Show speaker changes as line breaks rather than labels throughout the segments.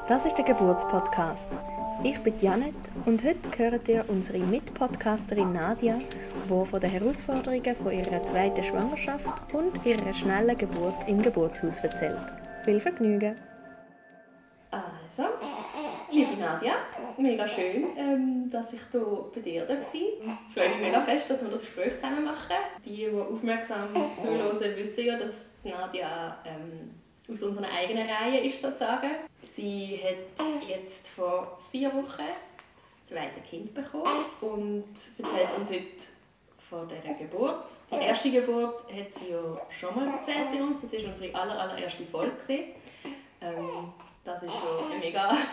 Das ist der Geburtspodcast. Ich bin Janet und heute hört ihr unsere Mitpodcasterin Nadia, die von den Herausforderungen von ihrer zweiten Schwangerschaft und ihrer schnellen Geburt im Geburtshaus erzählt. Viel Vergnügen! Also, liebe Nadia, mega schön, dass ich hier bei dir sein darf. Ich freue mich mega fest, dass wir das Gespräch zusammen machen. Die aufmerksam zuhören, wissen ja, dass Nadia aus unserer eigenen Reihe ist, sozusagen. Sie hat jetzt vor 4 Wochen das zweite Kind bekommen und erzählt uns heute von dieser Geburt. Die erste Geburt hat sie ja schon mal erzählt bei uns. Das war unsere allererste Folge. Das ist schon eine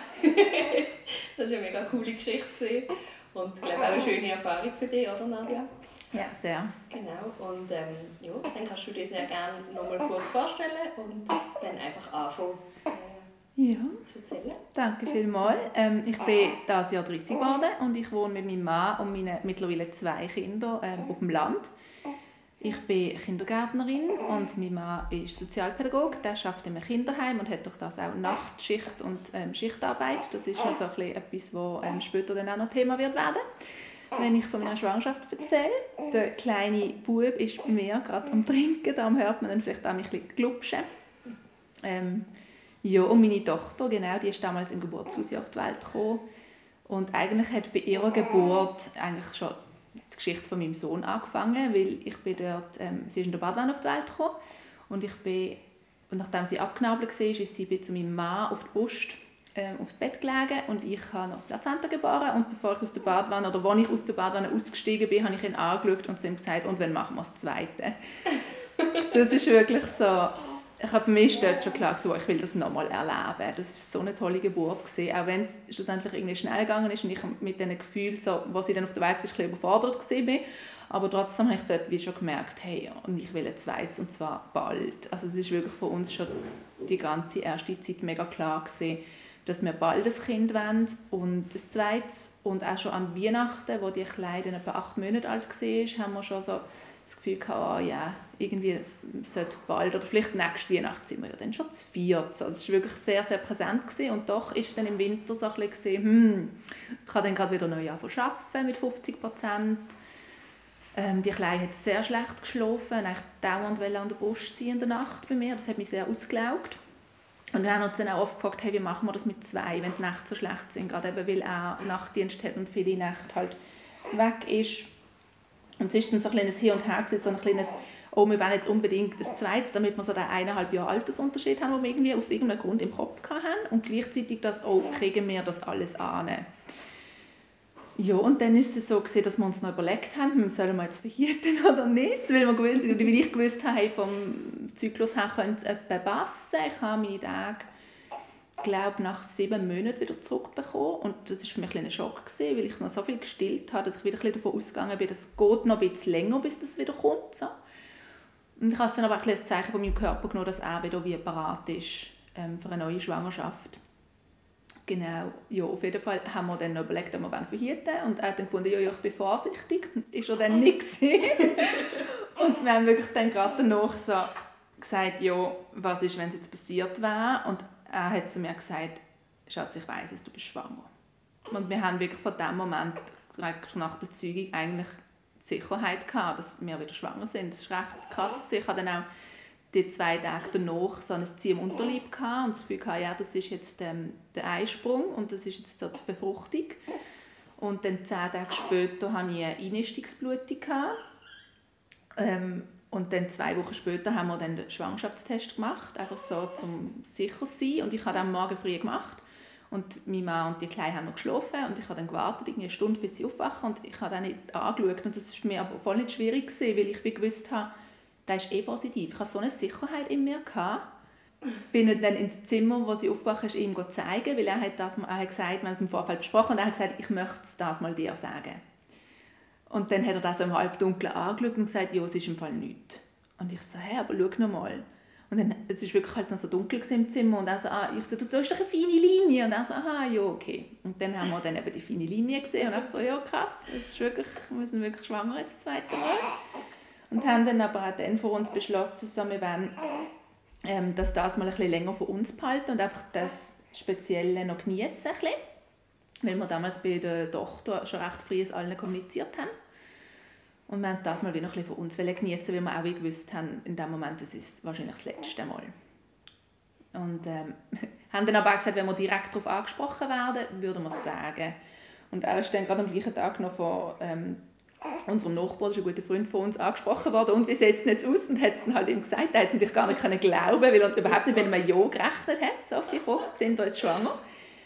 mega coole Geschichte und ich glaube auch eine schöne Erfahrung für dich, oder Nadia?
Ja, sehr.
Genau, und dann kannst du dir sehr gerne noch mal kurz vorstellen und dann einfach anfangen zu erzählen.
Danke vielmals. Ich bin dieses Jahr 30 geworden und ich wohne mit meinem Mann und meinen mittlerweile 2 Kindern auf dem Land. Ich bin Kindergärtnerin und mein Mann ist Sozialpädagoge. Der arbeitet in einem Kinderheim und hat durch das auch Nachtschicht und Schichtarbeit. Das ist noch so etwas, das später dann auch noch Thema wird werden, wenn ich von meiner Schwangerschaft erzähle. Der kleine Bub ist bei mir gerade am Trinken, da hört man dann vielleicht auch ein bisschen glupschen. Und meine Tochter, genau, die ist damals im Geburtshaus auf die Welt gekommen. Und eigentlich hat bei ihrer Geburt eigentlich schon die Geschichte von meinem Sohn angefangen, weil ich bin dort, sie ist in der Badewanne auf die Welt gekommen und nachdem sie abgenabelt war, ist sie zu meinem Mann auf die Brust aufs Bett gelegen und ich habe noch Plazenta geboren und bevor ich aus der Badewanne, oder als ich aus der Badewanne ausgestiegen bin, habe ich ihn angeschaut und zu ihm gesagt, und wann machen wir das Zweite? Das ist wirklich so, für mich ist dort schon klar, so, ich will das nochmal erleben. Das war so eine tolle Geburt gewesen, auch wenn es schlussendlich irgendwie schnell gegangen ist und ich mit diesen Gefühlen, so, als ich dann auf der Weg war, ein bisschen überfordert war. Aber trotzdem habe ich dort wie schon gemerkt, hey, und ich will ein zweites, und zwar bald. Also es ist wirklich für uns schon die ganze erste Zeit mega klar gewesen, dass wir bald ein Kind wollen und ein zweites. Und auch schon an Weihnachten, wo die Kleine etwa 8 Monate alt war, haben wir schon so das Gefühl gehabt, oh, ja, irgendwie es sollte bald, oder vielleicht nächste Weihnachten sind wir ja dann schon zu 4. Also es war wirklich sehr, sehr präsent gewesen. Und doch ist dann im Winter so ein bisschen, ich habe dann gerade wieder neu arbeiten mit 50%. Die Kleine hat sehr schlecht geschlafen, eigentlich dauernd an der Brust ziehen in der Nacht bei mir. Das hat mich sehr ausgelaugt. Und wir haben uns dann auch oft gefragt, hey, wie machen wir das mit 2, wenn die Nächte so schlecht sind, gerade eben, weil er Nachtdienst hat und viele Nächte halt weg ist. Und es war dann so ein kleines Hin und Her, so ein kleines, oh, wir wollen jetzt unbedingt das Zweite, damit wir so den 1,5 Jahre Altersunterschied haben, den wir irgendwie aus irgendeinem Grund im Kopf hatten. Und gleichzeitig das, oh, kriegen wir das alles an. Ja, und dann ist es so gewesen, dass wir uns noch überlegt haben, sollen wir jetzt verhüten oder nicht, weil ich gewusst habe, hey, vom Zyklus her könnte es etwa passen. Ich habe meine Tage, glaube nach 7 Monaten wieder zurückbekommen und das war für mich ein Schock gewesen, weil ich noch so viel gestillt habe, dass ich wieder davon ausgegangen bin, es geht noch ein bisschen länger, bis das wieder kommt. So. Und ich habe dann aber auch ein Zeichen von meinem Körper genommen, dass er wieder wie bereit ist für eine neue Schwangerschaft. Genau, ja, auf jeden Fall haben wir dann noch überlegt, ob wir verhüten wollen. Und er hat dann gefunden, ja, ich bin vorsichtig. Ist er dann nicht gewesen. Und wir haben wirklich dann gerade danach so gesagt, ja, was ist, wenn es jetzt passiert wäre? Und er hat zu mir gesagt, Schatz, ich weiss es, du bist schwanger. Und wir haben wirklich von dem Moment, direkt nach der Zeugung, eigentlich die Sicherheit gehabt, dass wir wieder schwanger sind. Das war recht krass. Ich hatte dann auch die 2 Tage danach so ein Ziehen im Unterleib gehabt und das Gefühl gehabt, ja, das ist jetzt der Eisprung und das ist jetzt so die Befruchtung. Und dann 10 Tage später hatte ich eine Einnistungsblutung gehabt. Und dann 2 Wochen später haben wir dann den Schwangerschaftstest gemacht, einfach so, um sicher zu sein. Und ich habe den am Morgen früh gemacht. Und mein Mann und die Kleine haben noch geschlafen. Und ich habe dann gewartet, eine Stunde, bis sie aufwachen. Und ich habe dann nicht angeschaut. Und das war für mich aber voll nicht schwierig gewesen, weil ich gewusst habe, das ist positiv. Ich hatte so eine Sicherheit in mir. Bin dann ins Zimmer, wo sie aufgewacht ist, ihm zeigen, weil er hat gesagt, wir haben es im Vorfeld besprochen, und er hat gesagt, ich möchte das mal dir sagen. Und dann hat er das im Halbdunkeln angeschaut und gesagt, ja, es ist im Fall nichts. Und ich so, hey, aber schau noch mal. Und dann, es war wirklich halt noch so dunkel im Zimmer und er so, ich so, du hast doch eine feine Linie. Und er so, aha, ja, okay. Und dann haben wir dann eben die feine Linie gesehen und ich so, ja, krass, es ist wirklich, wir sind wirklich schwanger jetzt das 2. Mal. Und haben dann aber auch dann für uns beschlossen, so, wir wollen das mal ein bisschen länger für uns behalten und einfach das Spezielle noch geniessen, weil wir damals bei der Tochter schon recht früh allen kommuniziert haben. Und wir haben es das mal wieder ein bisschen für uns geniessen, weil wir auch gewusst haben, in dem Moment, das ist wahrscheinlich das letzte Mal. Und haben dann aber auch gesagt, wenn wir direkt darauf angesprochen werden, würden wir es sagen. Und er ist dann gerade am gleichen Tag noch von unserem Nachbarn, das ist ein guter Freund von uns, angesprochen worden. Und wie sieht es jetzt aus? Und hat es dann halt ihm gesagt, er hat es natürlich gar nicht glauben, weil er überhaupt nicht mit einem Ja gerechnet hat, so auf die Frage, sind wir jetzt schwanger?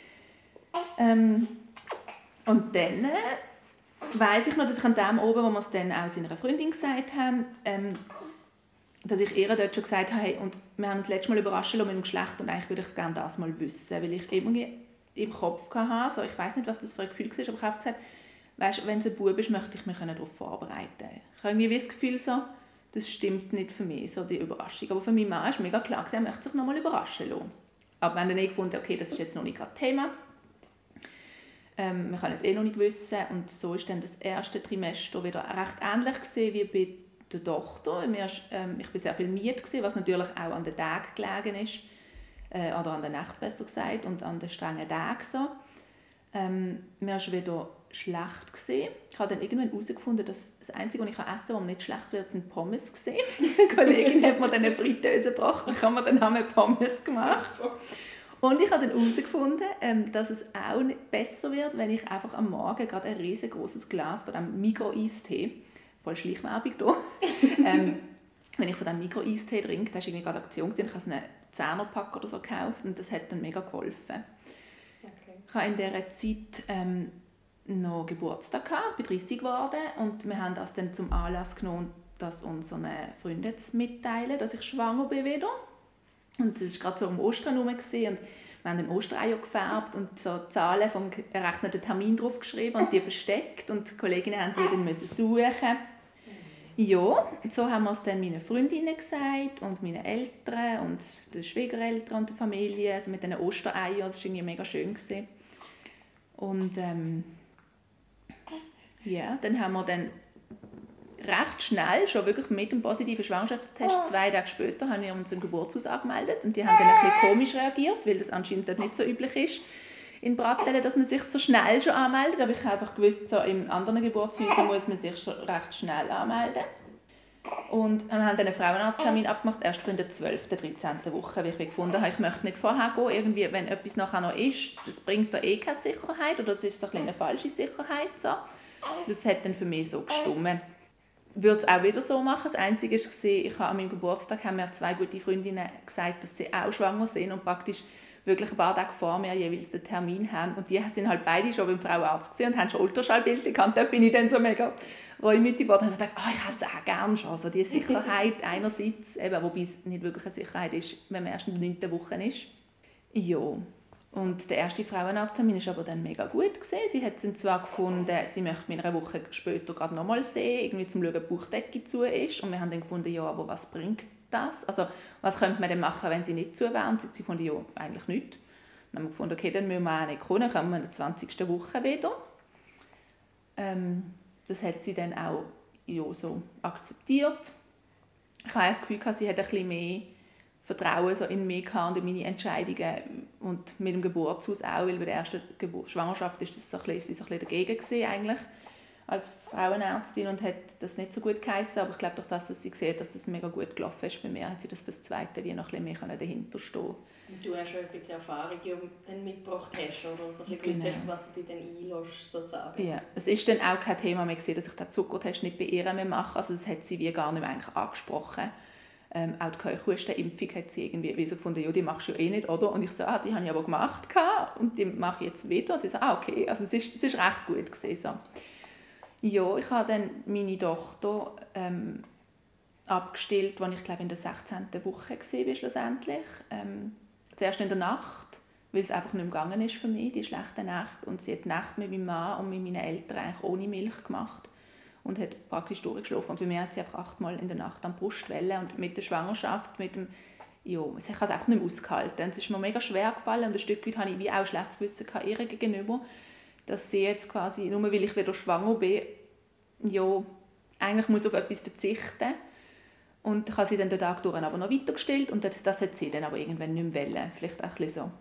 Und dann weiss ich noch, dass ich an dem oben, wo wir es dann auch seiner Freundin gesagt haben, dass ich ihr dort schon gesagt habe, hey, und wir haben uns letztes Mal überraschen lassen mit dem Geschlecht und eigentlich würde ich es gerne das mal wissen, weil ich irgendwie im Kopf hatte, so, ich weiss nicht, was das für ein Gefühl war, aber ich habe gesagt, weißt, wenn es ein Bub ist, möchte ich mich darauf vorbereiten. Ich habe irgendwie das Gefühl, so, das stimmt nicht für mich, so die Überraschung. Aber für meinen Mann ist mega klar, er möchte sich noch mal überraschen lassen. Aber wir haben dann gefunden, okay, das ist jetzt noch nicht gerade Thema. Wir können es noch nicht wissen. Und so war dann das erste Trimester wieder recht ähnlich gewesen wie bei der Tochter. Ich war sehr viel müde, was natürlich auch an den Tagen gelegen ist. Oder an der Nacht besser gesagt und an den strengen Tagen so. Mir war wieder schlecht gewesen. Ich habe dann irgendwann herausgefunden, dass das Einzige, was ich essen kann, was mir nicht schlecht wird, sind Pommes gewesen. Eine Kollegin hat mir dann eine Fritteuse gebracht und ich habe mir dann Pommes gemacht. Und ich habe dann herausgefunden, dass es auch nicht besser wird, wenn ich einfach am Morgen gerade ein riesengroßes Glas von diesem Migros-Eistee, voll Schleichwerbung hier, wenn ich von diesem Migros-Eistee trinke, das war irgendwie gerade Aktion, ich habe einen 10er-Pack oder so gekauft und das hat dann mega geholfen. Okay. Ich hatte in dieser Zeit noch Geburtstag gehabt, bin 30 geworden und wir haben das dann zum Anlass genommen, das unseren Freunden zu mitteilen, dass ich schwanger bin wieder. Und das war gerade so um Ostern herum und wir haben den Ostereier gefärbt und so Zahlen vom errechneten Termin drauf geschrieben und die versteckt und die Kolleginnen haben die dann suchen. Ja, und so haben wir es dann meinen Freundinnen gesagt und meinen Eltern und den Schwiegereltern und der Familie, also mit diesen Ostereiern, das war irgendwie mega schön gewesen. Und ja, dann haben wir dann recht schnell, schon wirklich mit dem positiven Schwangerschaftstest, 2 Tage später, haben wir uns im Geburtshaus angemeldet und die haben dann ein bisschen komisch reagiert, weil das anscheinend dort nicht so üblich ist in Brattelen, dass man sich so schnell schon anmeldet, aber ich habe einfach gewusst, so in anderen Geburtshäusern muss man sich schon recht schnell anmelden. Und wir haben dann einen Frauenarzttermin abgemacht, erst für die 12., 13. Woche, weil ich gefunden habe, ich möchte nicht vorher gehen, irgendwie, wenn etwas nachher noch ist, das bringt da eh keine Sicherheit oder das ist so eine falsche Sicherheit. So. Das hat dann für mich so gestimmt. Ich würde es auch wieder so machen. Das Einzige war, an meinem Geburtstag haben mir 2 gute Freundinnen gesagt, dass sie auch schwanger sind und praktisch wirklich ein paar Tage vor mir jeweils den Termin haben. Und die sind halt beide schon beim Frauenarzt gesehen und haben schon Ultraschallbilder gehabt. Da bin ich dann so mega reumütig geworden. Und habe gedacht, ich hätte es auch gerne schon. Also die Sicherheit einerseits, eben, wobei es nicht wirklich eine Sicherheit ist, wenn man erst in der 9. Woche ist. Ja. Und der erste Frauenarzttermin war aber dann mega gut gewesen. Sie hat dann zwar gefunden, sie möchte mich eine Woche später gerade noch mal sehen, irgendwie zum schauen, ob die Bauchdecke zu ist. Und wir haben dann gefunden, ja, aber was bringt das? Also, was könnte man denn machen, wenn sie nicht zu wäre? Und sie fanden, ja, eigentlich nichts. Dann haben wir gefunden, okay, dann müssen wir auch nicht kommen, dann kommen wir in der 20. Woche wieder. Das hat sie dann auch ja, so akzeptiert. Ich habe das Gefühl, sie hat ein bisschen mehr Vertrauen so in mich und in meine Entscheidungen und mit dem Geburtshaus auch, weil bei der ersten Schwangerschaft ist das so ein bisschen dagegen gewesen, eigentlich als Frauenärztin und hat das nicht so gut geheissen, aber ich glaube durch das, dass sie gesehen hat, dass das mega gut gelaufen ist bei mir, hat sie das für das Zweite wie noch ein bisschen mehr dahinter stehen.
Und du hast schon ein bisschen Erfahrung, die du dann mitgebracht hast oder so ein bisschen gewusst hast, was du dich dann einlässt, sozusagen. Ja, es ist dann auch kein Thema mehr gewesen, dass ich den Zuckertest nicht bei ihr mehr mache, also das hat sie wie gar nicht mehr eigentlich angesprochen. Auch die Keuchhustenimpfung hat sie irgendwie so gefunden, ja, die machst du ja eh nicht, oder? Und ich so, die habe ich aber gemacht und die mache ich jetzt wieder. Und sie so, okay, also es ist recht gut gewesen, so. Ja, ich habe dann meine Tochter abgestillt, als ich glaube in der 16. Woche war schlussendlich. Zuerst in der Nacht, weil es einfach nicht mehr gegangen ist für mich, die schlechte Nacht. Und sie hat die Nacht mit meinem Mann und mit meinen Eltern eigentlich ohne Milch gemacht. Und hat praktisch durchgeschlafen. Und bei mir hat sie einfach 8-mal in der Nacht am Brustwelle. Und mit der Schwangerschaft, ich habe es einfach nicht mehr ausgehalten. Es ist mir mega schwer gefallen und ein Stück weit hatte ich wie auch schlechtes Gewissen ihr gegenüber, dass sie jetzt quasi, nur weil ich wieder schwanger bin, ja, eigentlich muss auf etwas verzichten. Und ich habe sie dann den Tag durch aber noch weitergestellt und das hat sie dann aber irgendwann nicht mehr wollen. Vielleicht auch ein bisschen so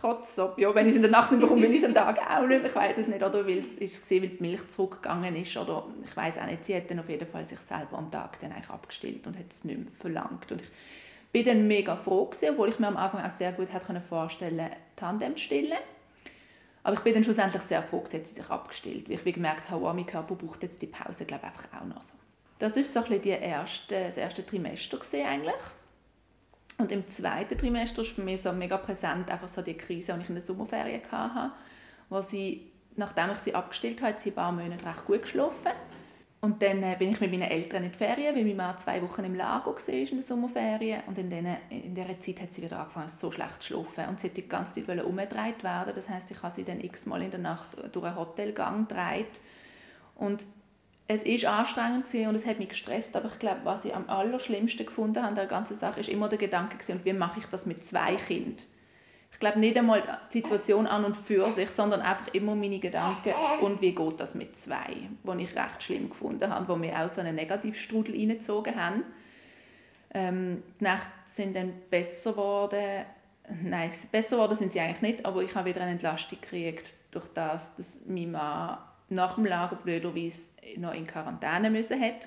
trotz so. Ja, wenn ich es in der Nacht nicht bekomme, will ich es am Tag auch nicht. Ich weiß es nicht, oder weil weil die Milch zurückgegangen ist, oder ich weiß auch nicht. Sie hat dann auf jeden Fall sich selber am Tag dann eigentlich abgestillt und hat es nicht mehr verlangt. Und ich bin dann mega froh gewesen, obwohl ich mir am Anfang auch sehr gut hätte vorstellen können, Tandem zu stillen. Aber ich bin dann schlussendlich sehr froh gewesen, dass sie sich abgestillt, weil ich gemerkt habe, oh, mein Körper braucht jetzt die Pause, glaube ich, einfach auch noch so. Das war so ein bisschen das erste Trimester gewesen, eigentlich. Und im zweiten Trimester ist für mich so mega präsent einfach so die Krise, die ich in der Sommerferien hatte, wo sie, nachdem ich sie abgestillt habe, hat sie ein paar Monate recht gut geschlafen. Und dann bin ich mit meinen Eltern in die Ferien, weil meine Mama 2 Wochen im Lager war in der Sommerferien. Und in dieser Zeit hat sie wieder angefangen, so schlecht zu schlafen. Und sie wollte die ganze Zeit umgedreht werden. Das heisst, ich habe sie dann x-mal in der Nacht durch einen Hotelgang gedreht. Und es war anstrengend und es hat mich gestresst. Aber ich glaube, was ich am allerschlimmsten gefunden habe an der ganzen Sache, ist immer der Gedanke gewesen, wie mache ich das mit 2 Kindern? Ich glaube nicht einmal die Situation an und für sich, sondern einfach immer meine Gedanken und wie geht das mit 2, die ich recht schlimm gefunden habe, wo mir auch so einen Negativstrudel reingezogen haben. Die Nächte sind dann besser geworden. Nein, besser geworden sind sie eigentlich nicht, aber ich habe wieder eine Entlastung gekriegt durch das, dass mein Mann nach dem Lager blöderweise noch in Quarantäne müssen hat.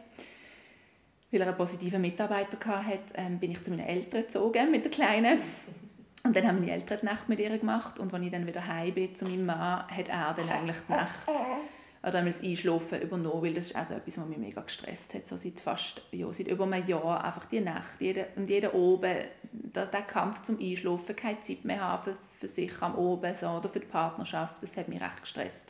Weil er einen positiven Mitarbeiter hatte, bin ich zu meinen Eltern gezogen mit der Kleinen. Und dann haben meine Eltern die Nacht mit ihr gemacht. Und als ich dann wieder heim bin zu meinem Mann, hat er dann eigentlich die Nacht oder das Einschlafen übernommen, weil das ist also etwas, was mich mega gestresst hat. So seit über einem Jahr einfach die Nacht. Jeder oben, der Kampf zum Einschlafen, keine Zeit mehr haben für sich am Oben so, oder für die Partnerschaft, das hat mich recht gestresst.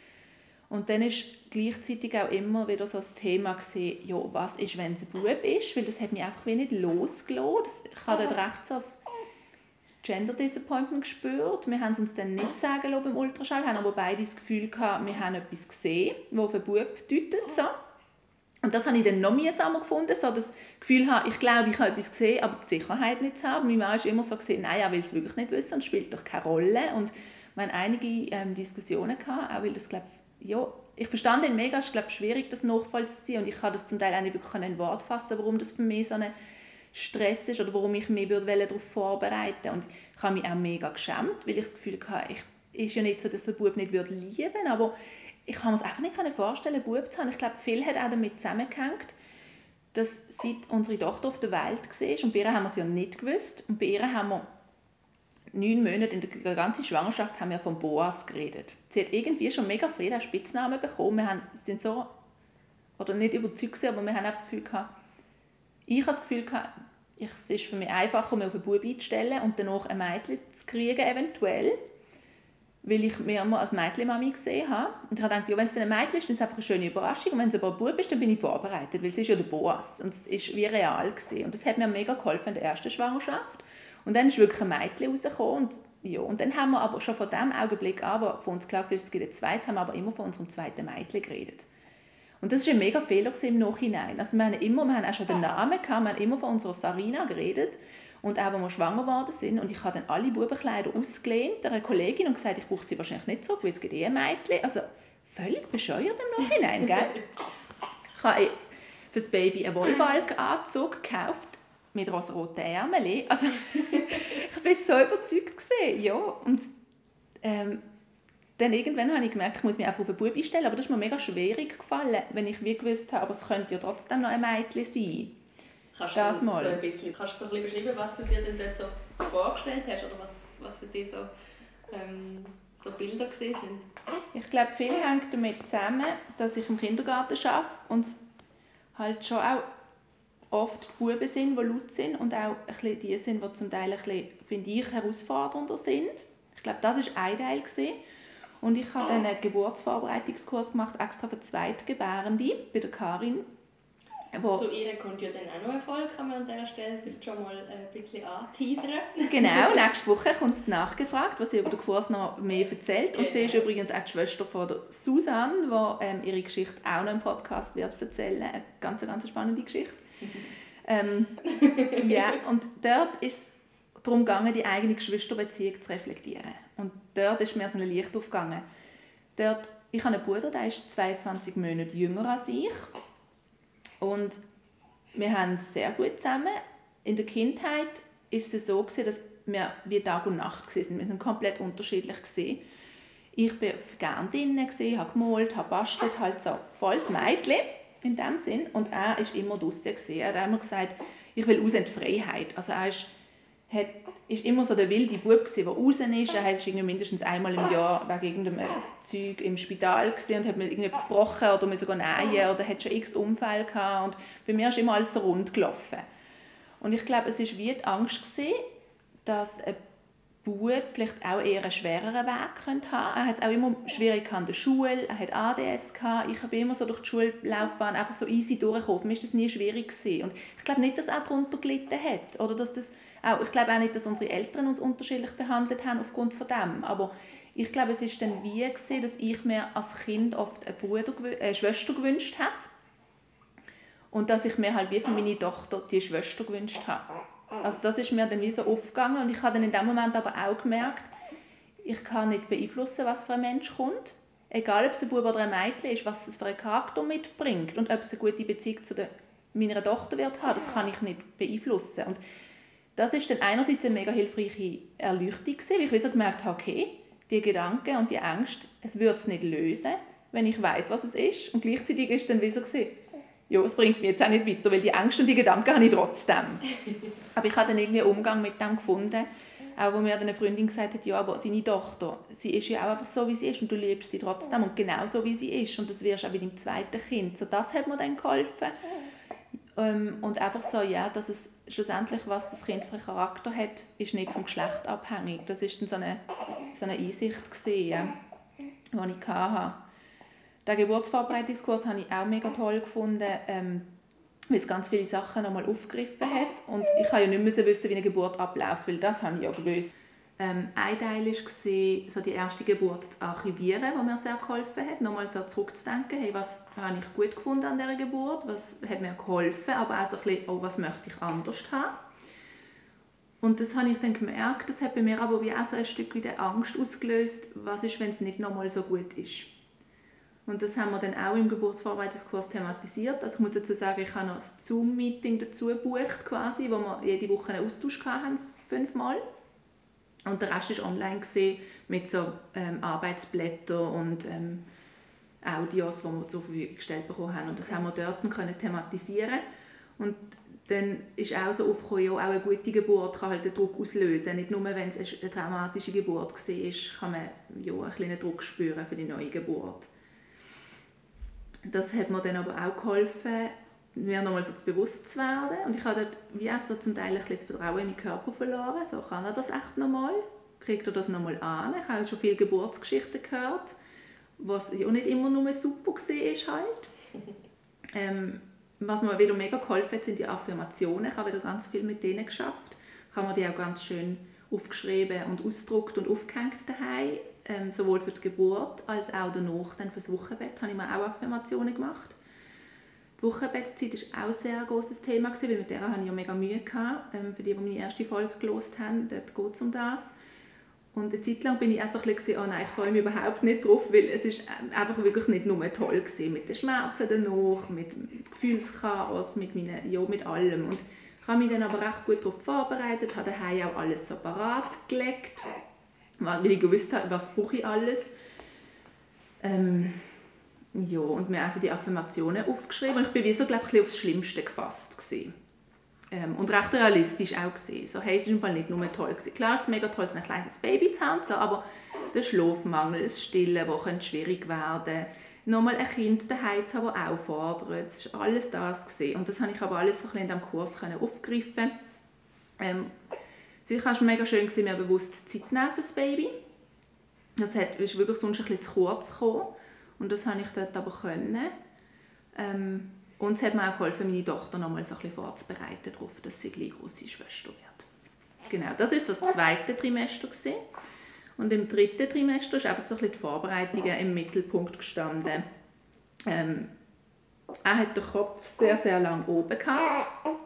Und dann ist gleichzeitig auch immer wieder so das Thema gewesen, ja, was ist, wenn es ein Bub ist, weil das hat mich einfach nicht losgelassen. Ich habe dort recht so das Gender Disappointment gespürt. Wir haben es uns dann nicht sagen lassen beim Ultraschall, haben aber beide das Gefühl gehabt, wir haben etwas gesehen, das auf einen Bub deutet. So. Und das habe ich dann noch mühsamer gefunden, so das Gefühl habe, ich glaube, ich habe etwas gesehen, aber die Sicherheit nicht zu haben. Mein Mann war immer so, nein, er will es wirklich nicht wissen und spielt doch keine Rolle. Und wir hatten einige Diskussionen gehabt, auch weil das, glaube ich verstand ihn mega, es ist, glaube ich, schwierig, das nachvollziehen, und ich kann das zum Teil auch nicht wirklich in Wort fassen, warum das für mich so ein Stress ist oder warum ich mich darauf vorbereiten würde. Und ich habe mich auch mega geschämt, weil ich das Gefühl hatte, es ist ja nicht so, dass der Bub nicht lieben würde, aber ich kann mir es einfach nicht vorstellen, einen Bub zu haben. Ich glaube, viel hat auch damit zusammengehängt, dass seit unsere Tochter auf der Welt war, und bei ihr haben wir es ja nicht gewusst, und bei ihr haben wir 9 Monate in der ganzen Schwangerschaft haben wir von Boas geredet. Sie hat irgendwie schon mega früh einen Spitznamen bekommen. Wir sind so, oder nicht überzeugt, aber wir haben auch das Gefühl gehabt, ich habe das Gefühl gehabt, es ist für mich einfacher, mich auf einen Bub einzustellen und danach ein Mädchen zu kriegen, eventuell, weil ich mich immer als Mädchenmami gesehen habe. Und ich habe gedacht, ja, wenn es dann ein Mädchen ist, dann ist es einfach eine schöne Überraschung. Und wenn es aber ein Bub ist, dann bin ich vorbereitet, weil es ist ja der Boas. Und es war wie real gewesen. Und das hat mir mega geholfen in der ersten Schwangerschaft. Und dann ist wirklich ein Mädchen rausgekommen. Und dann haben wir aber schon von dem Augenblick an, wo von uns klar war, es gibt ein zweites, haben wir aber immer von unserem zweiten Mädchen geredet. Und das war ein mega Fehler im Nachhinein. Also wir haben auch schon den Namen gehabt, wir haben immer von unserer Sarina geredet. Und auch, als wir schwanger geworden sind. Und ich habe dann alle Bubenkleider ausgelehnt einer Kollegin und gesagt, ich brauche sie wahrscheinlich nicht so, weil es gibt ein Mädchen. Also völlig bescheuert im Nachhinein, gell? Ich habe für das Baby einen Wollbalg-Anzug gekauft mit rosaroten Ärmeln. Also ich war so überzeugt gewesen, ja. Und dann irgendwann habe ich gemerkt, ich muss mich einfach auf einen Bub einstellen. Aber das ist mir mega schwierig gefallen, wenn ich wie gewusst habe, aber es könnte ja trotzdem noch ein Mädchen sein.
Kannst du so ein bisschen beschreiben, was du dir denn dort so vorgestellt hast oder was für dich so Bilder gesehen sind?
Ich glaube, viel hängt damit zusammen, dass ich im Kindergarten arbeite und es halt schon auch oft Buben sind, die laut sind und auch ein bisschen die sind, die zum Teil ein bisschen, finde ich, herausfordernder sind. Ich glaube, das war ein Teil gewesen. Und ich habe dann einen Geburtsvorbereitungskurs gemacht, extra für Zweitgebärende bei der Karin.
Zu ihr kommt ja dann auch noch Erfolg, kann man an dieser Stelle schon mal ein bisschen anteasern.
Genau, nächste Woche kommt sie nachgefragt, was sie über den Kurs noch mehr erzählt. Und sie ist übrigens auch die Schwester von der Susanne, die ihre Geschichte auch noch im Podcast wird erzählen. Eine ganz spannende Geschichte. Ja, und dort ist es darum gegangen, die eigene Geschwisterbeziehung zu reflektieren. Und dort ist mir so ein Licht aufgegangen. Ich habe einen Bruder, der ist 22 Monate jünger als ich. Und wir haben es sehr gut zusammen. In der Kindheit war es so, dass wir wie Tag und Nacht gewesen. Wir sind komplett unterschiedlich gewesen. Ich war gerne drinnen, habe gemalt, habe bastelt, halt so volles Mädchen in dem Sinn. Und er war immer draussen. Er hat immer gesagt, ich will raus in die Freiheit. Also er ist immer so der wilde Bub, der raus ist. Er war mindestens einmal im Jahr wegen irgendeinem Zeug im Spital und hat mir irgendetwas gebrochen oder musste nähen oder hat schon x Unfälle gehabt. Und bei mir ist immer alles so rund gelaufen. Und ich glaube, es war wie die Angst, dass ein Bub vielleicht auch eher einen schwereren Weg haben könnte. Er hat es auch immer schwierig in der Schule, er hat ADS gehabt. Ich bin immer so durch die Schullaufbahn einfach so easy durchgekommen. Für mich war das nie schwierig gewesen. Und ich glaube nicht, dass er darunter gelitten hat. Oder dass das auch, ich glaube auch nicht, dass unsere Eltern uns unterschiedlich behandelt haben aufgrund von dem. Aber ich glaube, es war dann wie gewesen, dass ich mir als Kind oft eine Schwester gewünscht habe. Und dass ich mir halt wie für meine Tochter die Schwester gewünscht habe. Also das ist mir dann wie so aufgegangen und ich habe dann in dem Moment aber auch gemerkt, ich kann nicht beeinflussen, was für ein Mensch kommt. Egal, ob es ein Bub oder ein Mädchen ist, was es für einen Charakter mitbringt und ob es eine gute Beziehung zu meiner Tochter wird haben, das kann ich nicht beeinflussen. Und das ist dann einerseits eine mega hilfreiche Erleuchtung gewesen, weil ich so gemerkt habe, okay, die Gedanken und die Ängste, es würde es nicht lösen, wenn ich weiss, was es ist. Und gleichzeitig ist dann wie so gewesen, ja, es bringt mich jetzt auch nicht weiter, weil die Ängste und die Gedanken habe ich trotzdem. Aber ich habe dann irgendwie einen Umgang mit dem gefunden, auch wo mir eine Freundin gesagt hat, ja, aber deine Tochter, sie ist ja auch einfach so, wie sie ist und du liebst sie trotzdem und genau so, wie sie ist und das wirst du auch bei deinem zweiten Kind. So, das hat mir dann geholfen. Und einfach so, ja, dass es schlussendlich, was das Kind für einen Charakter hat, ist nicht vom Geschlecht abhängig. Das war dann so eine Einsicht gewesen, die ich hatte. Den Geburtsvorbereitungskurs habe ich auch mega toll gefunden, weil es ganz viele Sachen nochmal aufgegriffen hat. Und ich habe ja nicht mehr wissen, wie eine Geburt abläuft, weil das habe ich ja gewusst. Ein Teil war, so die erste Geburt zu archivieren, was mir sehr geholfen hat. Nochmal so zurückzudenken, hey, was habe ich gut gefunden an dieser Geburt, was hat mir geholfen, aber auch so ein bisschen, oh, was möchte ich anders haben. Und das habe ich dann gemerkt, das hat bei mir aber wie auch so ein Stück wieder Angst ausgelöst, was ist, wenn es nicht nochmal so gut ist. Und das haben wir dann auch im Geburtsvorbereitungskurs thematisiert. Also ich muss dazu sagen, ich habe noch ein Zoom-Meeting dazu gebucht, quasi, wo wir jede Woche einen Austausch hatten, 5-mal. Und der Rest war online mit so Arbeitsblättern und Audios, die wir zur Verfügung gestellt bekommen haben. Und das haben wir dort können thematisieren. Und dann ist auch so aufgekommen, ja, auch eine gute Geburt kann halt den Druck auslösen. Nicht nur, wenn es eine traumatische Geburt war, kann man ja einen kleinen Druck spüren für die neue Geburt. Das hat mir dann aber auch geholfen, mir nochmal so bewusst zu werden. Und ich habe dort wie auch so zum Teil ein bisschen das Vertrauen in meinen Körper verloren. So, kann er das echt nochmal? Kriegt er das nochmal an? Ich habe schon viele Geburtsgeschichten gehört, was ja nicht immer nur super war halt. Was mir wieder mega geholfen hat, sind die Affirmationen. Ich habe wieder ganz viel mit denen geschafft. Ich habe mir die auch ganz schön aufgeschrieben und ausgedruckt und aufgehängt daheim. Sowohl für die Geburt als auch danach dann für das Wochenbett habe ich mir auch Affirmationen gemacht. Die Wochenbettzeit war auch ein sehr grosses Thema, weil mit der hatte ich ja mega Mühe gehabt. Für die meine erste Folge gehört haben, dort geht es um das. Und eine Zeit lang bin ich auch so ein bisschen, oh nein, ich freue mich überhaupt nicht drauf, weil es ist einfach wirklich nicht nur toll gewesen, mit den Schmerzen danach, mit dem Gefühlschaos, mit allem. Und ich habe mich dann aber recht gut darauf vorbereitet, habe daheim auch alles so parat gelegt, weil ich gewusst habe, was brauche ich alles. Ja, und mir also die Affirmationen aufgeschrieben und ich bin wie so, glaube ich, aufs Schlimmste gefasst gewesen. Und recht realistisch auch gesehen. So, hey, es war im Fall nicht nur toll gewesen. Klar, es ist mega toll, ein kleines Baby zu haben, so, aber der Schlafmangel, das Stillen, das schwierig werden könnte, nochmal ein Kind daheim zu haben, das auch fordert, es war alles das gewesen. Und das habe ich aber alles so ein bisschen in diesem Kurs aufgreifen. Sicher war es mega schön, mir bewusst Zeit zu nehmen für das Baby. Das ist wirklich sonst ein bisschen zu kurz gekommen. Und das konnte ich dort aber können. Und es hat mir auch geholfen, meine Tochter noch mal so ein bisschen vorzubereiten darauf, dass sie gleich grosse Schwester wird. Genau, das war so das zweite Trimester gewesen. Und im dritten Trimester ist einfach so ein bisschen die Vorbereitungen im Mittelpunkt gestanden. Er hat den Kopf sehr, sehr lang oben gehabt.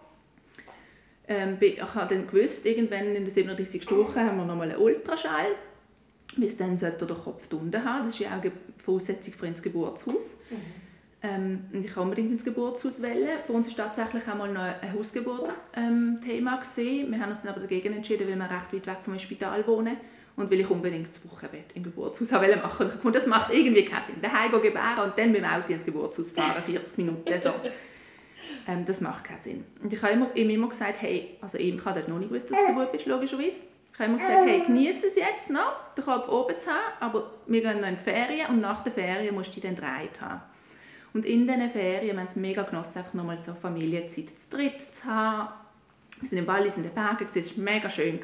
Ich habe dann gewusst, irgendwann in der 37. Woche haben wir nochmal einen Ultraschall. Bis dann sollte er den Kopf unten haben. Das ist ja auch eine Voraussetzung für ins Geburtshaus. Und ich kann unbedingt ins Geburtshaus wählen. Für uns war tatsächlich einmal noch eine Geburt Thema gewesen. Wir haben uns dann aber dagegen entschieden, weil wir recht weit weg vom Spital wohnen und weil ich unbedingt das Wochenbett im Geburtshaus machen wollte. Ich fand, das macht irgendwie keinen Sinn. Daheim gebären und dann mit dem Auto ins Geburtshaus fahren, 40 Minuten so. Das macht keinen Sinn. Und ich habe ihm immer gesagt, hey, also ich habe dort noch nicht gewusst, dass es so gut ist, logischerweise. Ich habe immer gesagt, hey, genieße es jetzt noch, den Kopf oben zu haben, aber wir gehen noch in die Ferien und nach der Ferien musst du dich dann gedreht haben. Und in diesen Ferien haben wir es mega genossen, einfach nochmal so Familienzeit zu dritt zu haben. Wir sind im Wallis, in den Bergen, es war mega schön.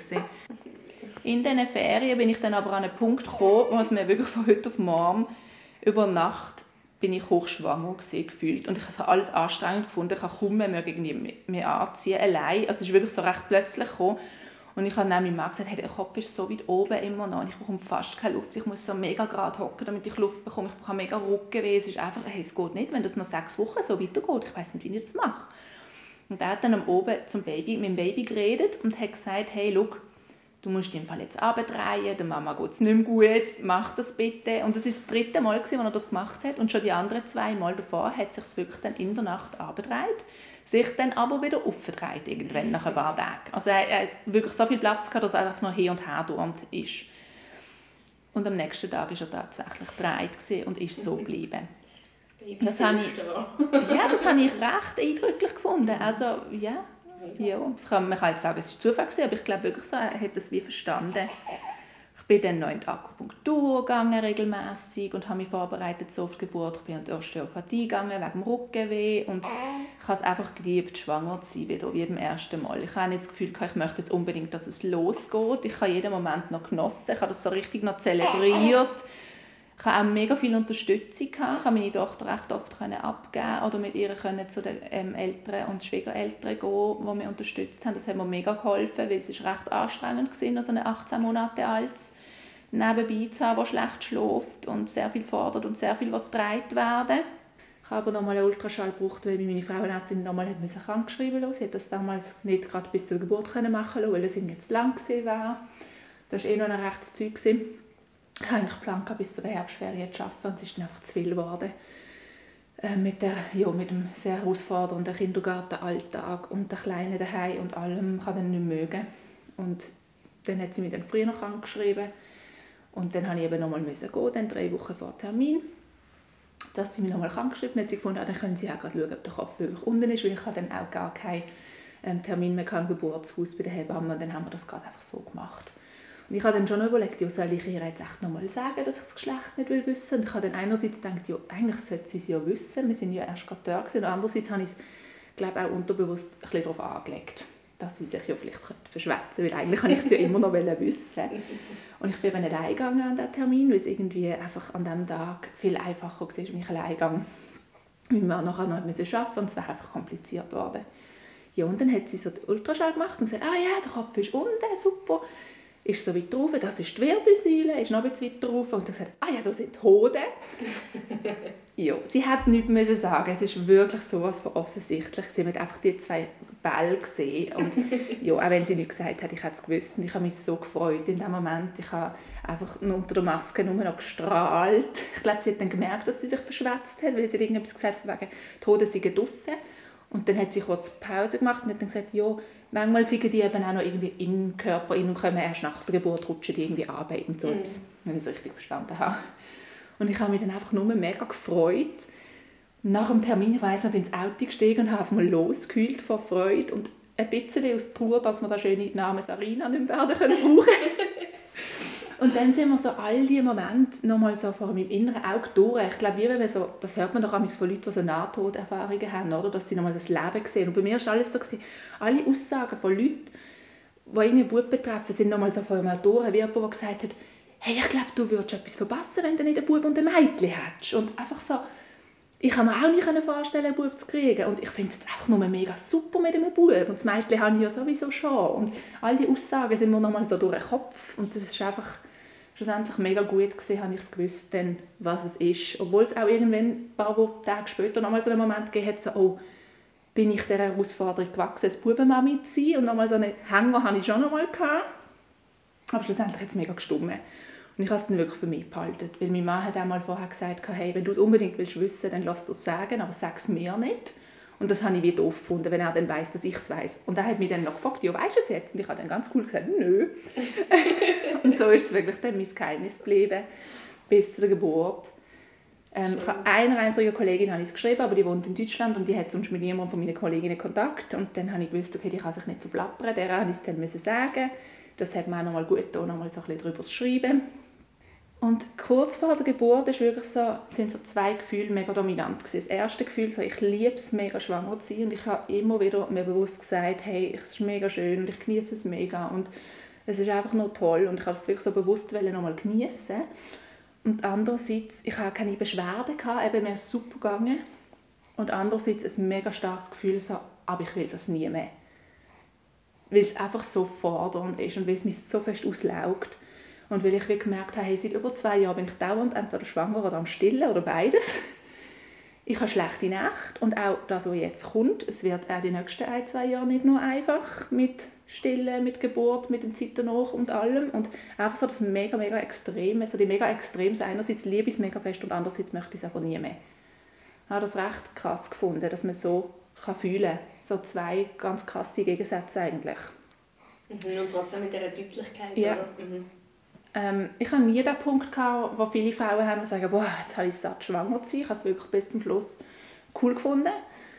In diesen Ferien bin ich dann aber an einen Punkt gekommen, wo es mir wirklich von heute auf morgen über Nacht bin ich hochschwanger gefühlt. Und ich habe alles anstrengend gefunden. Ich konnte kaum mehr anziehen, allein. Also es ist wirklich so recht plötzlich gekommen. Und ich habe dann meinem Mann gesagt, hey, der Kopf ist so weit oben immer noch und ich bekomme fast keine Luft. Ich muss so mega gerade hocken, damit ich Luft bekomme. Ich bekomme mega Rückenweh. Es ist einfach, hey, es geht nicht, wenn das noch 6 Wochen so weitergeht. Ich weiss nicht, wie ich das mache. Und er hat dann am Oben mit dem Baby geredet und hat gesagt, hey, schau, du musst im Fall jetzt runterdrehen, der Mama geht es nicht mehr gut, mach das bitte. Und das war das 3. Mal, als er das gemacht hat. Und schon die anderen 2 Mal davor hat es sich wirklich dann in der Nacht runterdreht, sich dann aber wieder aufgedreht, irgendwann nach ein paar Tagen. Also er hat wirklich so viel Platz gehabt, dass er einfach noch hin und her dauernd ist. Und am nächsten Tag war er tatsächlich gedreht und ist so geblieben. Das habe ich recht eindrücklich gefunden. Also, ja, man kann jetzt sagen, es war Zufall, aber ich glaube wirklich so, er hat das wie verstanden. Ich bin dann noch in die Akupunktur gegangen, regelmässig, und habe mich vorbereitet so auf die Geburt. Ich bin in die Osteopathie gegangen, wegen dem Rückenweh. Und ich habe es einfach geliebt, schwanger zu sein, wieder, wie beim ersten Mal. Ich habe nicht das Gefühl, ich möchte jetzt unbedingt, dass es losgeht. Ich habe jeden Moment noch genossen, ich habe das so richtig noch zelebriert. Ich hatte auch mega viel Unterstützung. Ich konnte meine Tochter recht oft abgeben oder mit ihr zu den Eltern und Schwiegereltern gehen, die mich unterstützt haben. Das hat mir mega geholfen, weil es recht anstrengend war, so ein 18 Monate altes nebenbei zu haben, der schlecht schläft und sehr viel fordert und sehr viel getragen werden. Ich habe aber nochmal einen Ultraschall gebraucht, weil meine Frauenärztin nochmal krank geschrieben musste. Sie hat das damals nicht gerade bis zur Geburt machen lassen, weil es irgendwie zu lang war. Das war noch ein rechtes Zeug. Ich hatte eigentlich geplant, bis zur Herbstferien zu arbeiten, und es ist dann einfach zu viel geworden. Mit dem sehr herausfordernden Kindergartenalltag und der Kleinen daheim und allem, kann dann nicht mögen. Und dann hat sie mich dann früher noch krank geschrieben. Und dann musste ich eben nochmal gehen, dann 3 Wochen vor Termin. Dass sie mich nochmal krank geschrieben hat, sie gefunden, dann können sie auch gerade schauen, ob der Kopf wirklich unten ist, weil ich dann auch gar keinen Termin mehr im Geburtshaus bei der Hebamme. Und dann haben wir das gerade einfach so gemacht. Und ich habe dann schon überlegt, soll ich ihr jetzt echt nochmal sagen, dass ich das Geschlecht nicht wissen will. Und ich habe dann einerseits gedacht, eigentlich sollte sie es ja wissen, wir sind ja erst gerade da gewesen. Und andererseits habe ich es, glaube ich, auch unterbewusst ein bisschen darauf angelegt, dass sie sich ja vielleicht verschwätzen könnte, weil eigentlich kann ich es ja immer noch wissen. Und ich bin eben allein gegangen an diesen Termin, weil es irgendwie einfach an diesem Tag viel einfacher war, wenn ich allein gegangen, weil wir nachher noch arbeiten mussten und es wäre einfach kompliziert geworden. Ja, und dann hat sie so den Ultraschall gemacht und gesagt, ja, der Kopf ist unten, super. Ist so weit drauf, das ist die Wirbelsäule, ist noch ein bisschen weiter drauf. Und dann gesagt, ja, das sind die Hoden. Ja, sie hat nichts sagen. Es ist wirklich so etwas von offensichtlich. Sie hat einfach die 2 Bälle gesehen. Und ja, auch wenn sie nichts gesagt hat, ich habe es gewusst. Und ich habe mich so gefreut in dem Moment. Ich habe einfach unter der Maske nur noch gestrahlt. Ich glaube, sie hat dann gemerkt, dass sie sich verschwätzt hat, weil sie hat irgendetwas gesagt von wegen, die Hoden sind draussen. Und dann hat sie kurz Pause gemacht und hat dann gesagt, ja, manchmal sind die eben auch noch irgendwie im Körper und kommen erst nach der Geburt, rutschen die irgendwie arbeiten und so etwas, wenn ich es richtig verstanden habe. Und ich habe mich dann einfach nur mega gefreut. Nach dem Termin, ich weiss noch, bin ins Auto gestiegen und habe einfach mal losgekühlt vor Freude und ein bisschen aus Trauer, dass wir den schönen Namen Sarina nicht mehr brauchen können. Und dann sind wir so all diese Momente nochmal so vor meinem inneren Auge durch. Ich glaube, wie wenn man so, das hört man doch von Leuten, die so Nahtoderfahrungen haben, oder? Dass sie nochmal das Leben sehen. Und bei mir war alles so, alle Aussagen von Leuten, die irgendwie Bub betreffen, sind nochmal so vor mir durch, wie jemand, der gesagt hat, hey, ich glaube, du würdest etwas verpassen, wenn du nicht einen Bub und ein Mädchen hättest. Und einfach so, ich kann mir auch nicht vorstellen, einen Bub zu kriegen. Und ich finde es einfach nur mega super mit einem Bub. Und das Mädchen habe ich ja sowieso schon. Und all die Aussagen sind mir nochmal so durch den Kopf. Und das ist einfach schlussendlich mega gut gewesen, habe ich es gewusst, dann, was es ist. Obwohl es auch irgendwann ein paar Tage später nochmal so einen Moment gegeben hat, so, oh, bin ich der Herausforderung gewachsen, als Bubenmami zu sein. Und nochmal so einen Hänger hatte ich schon nochmal gehabt. Aber schlussendlich hat es mega gestummt. Und ich habe es dann wirklich für mich behalten, weil mein Mann hat einmal vorher gesagt, hey, wenn du es unbedingt wissen willst, dann lass es sagen, aber sag es mir nicht. Und das habe ich wie doof gefunden, wenn er dann weiss, dass ich es weiss. Und er hat mich dann noch gefragt, ja, weisst du es jetzt? Und ich habe dann ganz cool gesagt, nö. Und so ist es wirklich dann mein Geheimnis geblieben, bis zur Geburt. Ich habe einer einzigen Kollegin habe ich es geschrieben, aber die wohnt in Deutschland und die hat sonst mit niemandem von meinen Kolleginnen Kontakt. Und dann habe ich gewusst, okay, die kann sich nicht verplappern, der habe ich es dann sagen. Das hat mir auch noch mal gut getan, noch mal so ein bisschen darüber zu schreiben. Und kurz vor der Geburt ist wirklich sind so 2 Gefühle mega dominant gewesen. Das erste Gefühl, ich liebe es, mega schwanger zu sein. Und ich habe immer wieder mir bewusst gesagt, hey, es ist mega schön und ich genieße es mega. Und es ist einfach nur toll. Und ich habe es wirklich so bewusst noch mal genießen. Und andererseits, ich hatte keine Beschwerden, eben mir ist es super gegangen. Und andererseits ein mega starkes Gefühl, aber ich will das nie mehr. Weil es einfach so fordernd ist und weil es mich so fest auslaugt. Und weil ich gemerkt habe, hey, seit über 2 Jahren bin ich dauernd entweder schwanger oder am Stillen oder beides. Ich habe schlechte Nächte und auch das, was jetzt kommt, es wird auch die nächsten 1-2 Jahre nicht nur einfach mit Stillen, mit Geburt, mit dem Zeit danach und allem. Und einfach so das mega, mega Extreme, also die mega Extremes, einerseits liebe ich es mega fest und andererseits möchte ich es aber nie mehr. Ich habe das recht krass gefunden, dass man so fühlen kann. So 2 ganz krasse Gegensätze eigentlich.
Und trotzdem mit dieser Deutlichkeit,
ja.
Oder?
Ich hatte nie den Punkt, wo viele Frauen haben, die sagen, boah, jetzt habe ich es satt, schwanger zu sein. Ich habe es wirklich bis zum Schluss cool gefunden.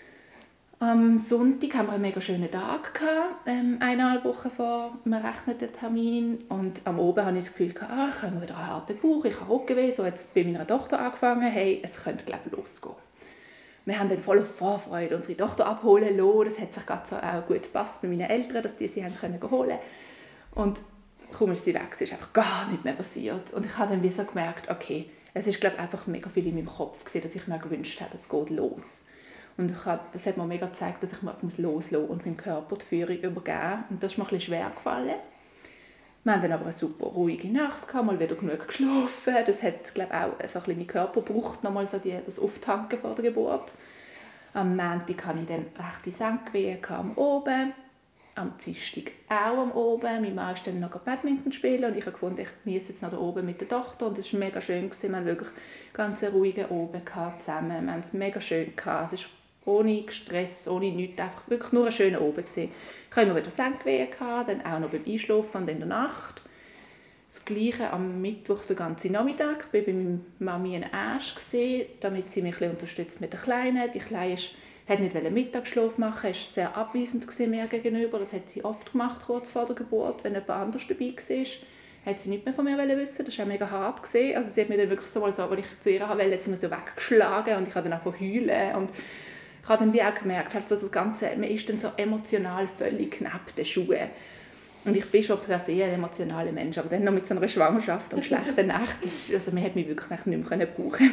Am Sonntag haben wir einen mega schönen Tag gehabt, 1,5 Wochen vor einem errechneten Termin. Und am Abend hatte ich das Gefühl, ich habe wieder einen harten Bauch, ich habe Rückenweh. So jetzt bei meiner Tochter angefangen, hey, es könnte glaube ich losgehen. Wir haben dann voller Vorfreude unsere Tochter abholen lassen. Das hat sich gerade so auch gut gepasst bei meinen Eltern, dass die sie holen können. Und kaum ist sie weg, es ist einfach gar nicht mehr passiert. Und ich habe dann wie so gemerkt, okay, es ist glaube ich, einfach mega viel in meinem Kopf gewesen, dass ich mir gewünscht habe, es geht los. Und das hat mir mega gezeigt, dass ich mir loslassen und meinem Körper die Führung übergeben. Und das ist mir ein bisschen schwer gefallen. Wir hatten dann aber eine super ruhige Nacht gehabt, mal wieder genug geschlafen. Das hat, glaube ich, auch so ein bisschen mein Körper braucht nochmal so das Auftanken vor der Geburt. Am Montag hatte ich dann rechte Senkwehen am Oben. Am Dienstag auch am Oben. Mein Mann ist dann noch Badminton spielen und ich habe gefunden, ich genieße jetzt noch da oben mit der Tochter. Und es war mega schön. Wir hatten wirklich ganz ruhigen Oben zusammen. Wir haben es mega schön gehabt. Es ist ohne Stress, ohne nichts, einfach wirklich nur ein schöner Oben gewesen. Ich hatte immer wieder Senkwehen, dann auch noch beim Einschlafen und in der Nacht. Das Gleiche am Mittwoch den ganzen Nachmittag. Ich war bei meiner Mami in Asch, damit sie mich ein bisschen unterstützt mit der Kleinen. Die Kleine wollte nicht Mittagsschlaf machen, war sehr abweisend mir gegenüber. Das hat sie oft gemacht, kurz vor der Geburt, wenn jemand anders dabei war. Hat sie nichts mehr von mir wissen. Das war auch mega hart. Also sie hat mir dann wirklich so, als ich zu ihr wollte, hat sie mir so weggeschlagen und ich habe dann auch heulen. Und ich habe dann wie auch gemerkt, halt so das Ganze, man ist dann so emotional völlig knapp den Schuhen. Und ich bin schon per se ein emotionaler Mensch, aber dann noch mit so einer Schwangerschaft und schlechten Nächten, also man hat mich wirklich nicht mehr brauchen.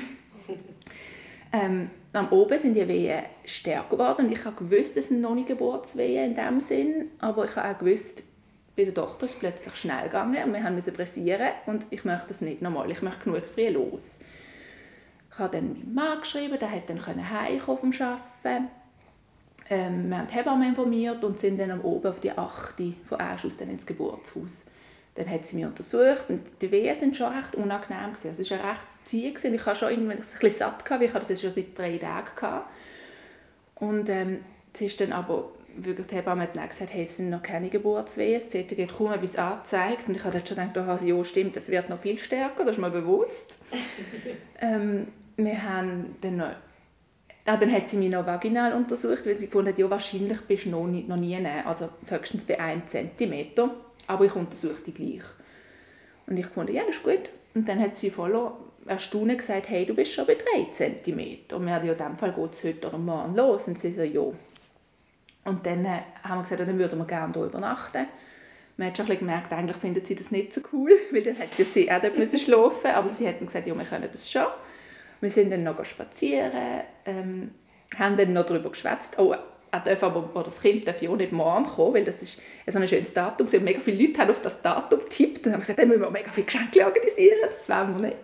Am Oben sind die Wehen stärker geworden und ich habe gewusst, es sind noch nicht Geburtswehen in dem Sinn, aber ich habe auch gewusst, bei der Tochter ist es plötzlich schnell gegangen und wir mussten pressieren und ich möchte das nicht nochmal, ich möchte genug früh los. Ich habe dann meinem Mann geschrieben, der konnte dann heimkommen vom Arbeiten. Wir haben die Hebamme informiert und sind dann am Oben auf die 8. von Asch aus dann ins Geburtshaus. Dann hat sie mich untersucht und die Wehen waren schon recht unangenehm. Es war ein rechtes Ziehen. Ich hatte schon ein bisschen satt, weil ich das jetzt schon seit 3 Tagen hatte. Und sie ist dann aber wirklich, die Hebamme hat dann gesagt, hey, es sind noch keine Geburtswehen, das CT geht kaum etwas angezeigt. Und ich habe dann schon gedacht, ja stimmt, das wird noch viel stärker, das ist mir bewusst. Wir haben dann noch dann hat sie mich noch vaginal untersucht, weil sie gefunden hat, ja, wahrscheinlich bist du noch nie, also höchstens bei 1 cm, aber ich untersuche dich gleich. Und ich fand, ja, das ist gut. Und dann hat sie voller Erstaunen gesagt, hey, du bist schon bei 3 cm. Und wir haben ja in diesem Fall geht es heute oder morgen los. Und sie so, ja. Und dann haben wir gesagt, dann würden wir gerne hier übernachten. Man hat schon ein bisschen gemerkt, eigentlich findet sie das nicht so cool, weil dann hätte sie auch dort schlafen müssen. Aber sie hat gesagt, ja, wir können das schon. Wir sind dann noch spazieren, haben dann noch darüber geschwätzt. Oh, das Kind darf ja auch nicht morgen kommen, weil das ist so ein schönes Datum. Und mega viele Leute haben auf das Datum getippt und haben gesagt, dann müssen wir mega viele Geschenke organisieren, das wollen wir nicht.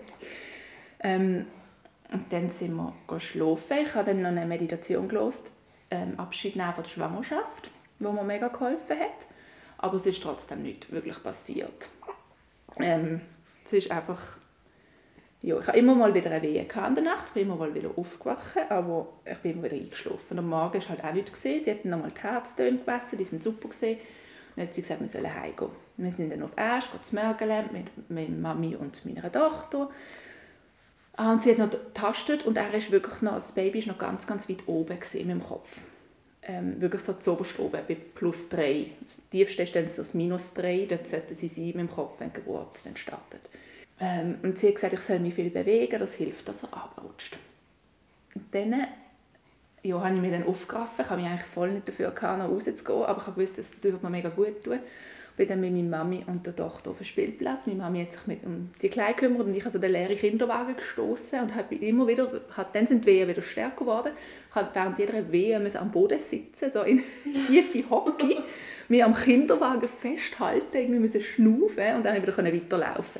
Und dann sind wir schlafen. Ich habe dann noch eine Meditation gehört, Abschied nehmen von der Schwangerschaft, wo mir mega geholfen hat. Aber es ist trotzdem nicht wirklich passiert. Es ist einfach... Ja, ich habe immer mal wieder eine Wehe in der Nacht, ich bin immer mal wieder aufgewacht, aber ich bin immer wieder eingeschlafen. Am Morgen war halt auch nichts gesehen. Sie hatten nochmal die Herztöne gemessen, die sind super gesehen. Und dann hat sie gesagt, wir sollen heimgehen. Wir sind dann auf Asch, zu Mörgele mit meiner Mami und meiner Tochter. Und sie hat noch getastet und er ist wirklich noch, das Baby ist noch ganz, ganz weit oben mit dem Kopf. Wirklich so zuoberst oben, bei +3. Das tiefste ist dann so das -3, dort sollten sie sein mit dem Kopf, wenn die Geburt dann startet. Und sie hat gesagt, ich soll mich viel bewegen, das hilft, dass er abrutscht. Und dann habe ich mich dann aufgerafft. Ich habe mich eigentlich voll nicht dafür gehabt, noch rauszugehen, aber ich wusste, das würde mir mega gut tun. Ich bin dann mit meiner Mami und der Tochter auf den Spielplatz. Meine Mami hat sich um die Kleinen gekümmert und ich habe so den leeren Kinderwagen gestoßen und dann sind die Wehen wieder stärker geworden. Ich habe während jeder Wehe am Boden sitzen, so in tiefe Hocke, mich am Kinderwagen festhalten, irgendwie müssen schnaufen und dann wieder weiterlaufen.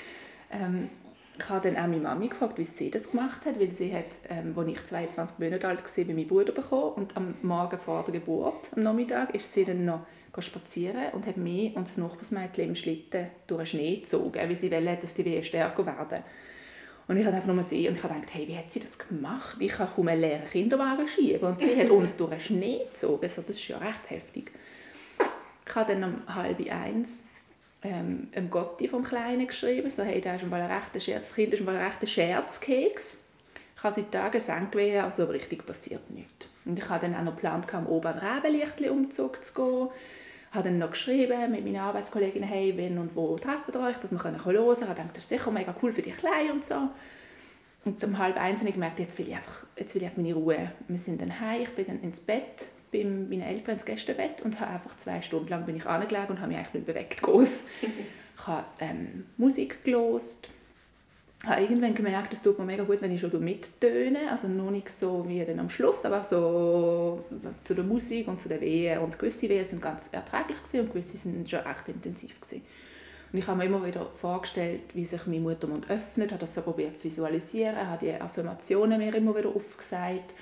Ich habe dann auch meine Mami gefragt, wie sie das gemacht hat, weil sie hat, als ich 22 Monate alt war, bei meinem Bruder bekommen und am Morgen vor der Geburt, am Nachmittag, ist sie dann noch spazieren und hat mich und das Nachbarsmädchen im Schlitten durch den Schnee gezogen, weil sie wollte, dass die Wehen stärker werden. Und ich habe einfach nur gesehen und ich habe gedacht, hey, wie hat sie das gemacht? Ich kann kaum einen leeren Kinderwagen schieben und sie hat uns durch den Schnee gezogen. Also, das ist ja recht heftig. Ich habe dann um 12:30 einem Gotti vom Kleinen geschrieben, so, hey, das Kind ist mal ein rechter Scherzkeks. Ich habe seit Tagen Senkwehen, also richtig passiert nichts. Und ich habe dann auch noch geplant, am oben einen Rebenlichtli-Umzug zu gehen. Ich habe dann noch geschrieben mit meinen Arbeitskolleginnen, hey, wenn und wo treffen ihr euch, dass wir hören können. Ich habe gedacht, das ist sicher mega cool für die Kleinen und so. Und um 12:30 habe ich gemerkt, jetzt will ich einfach meine Ruhe. Wir sind dann heim, ich bin dann ins Bett, bei meinen Eltern ins Gästebett und habe einfach 2 Stunden lang bin ich angelegen und habe mich eigentlich nicht bewegt. Ich habe Musik gehört. Ich habe irgendwann gemerkt, es tut mir mega gut, wenn ich schon mittöne, also noch nicht so wie dann am Schluss, aber so zu der Musik und zu den Wehen. Und gewisse Wehen sind ganz erträglich und gewisse sind schon echt intensiv gewesen. Und ich habe mir immer wieder vorgestellt, wie sich mein Muttermund öffnet, habe das so probiert zu visualisieren, habe die Affirmationen mir immer wieder aufgesagt.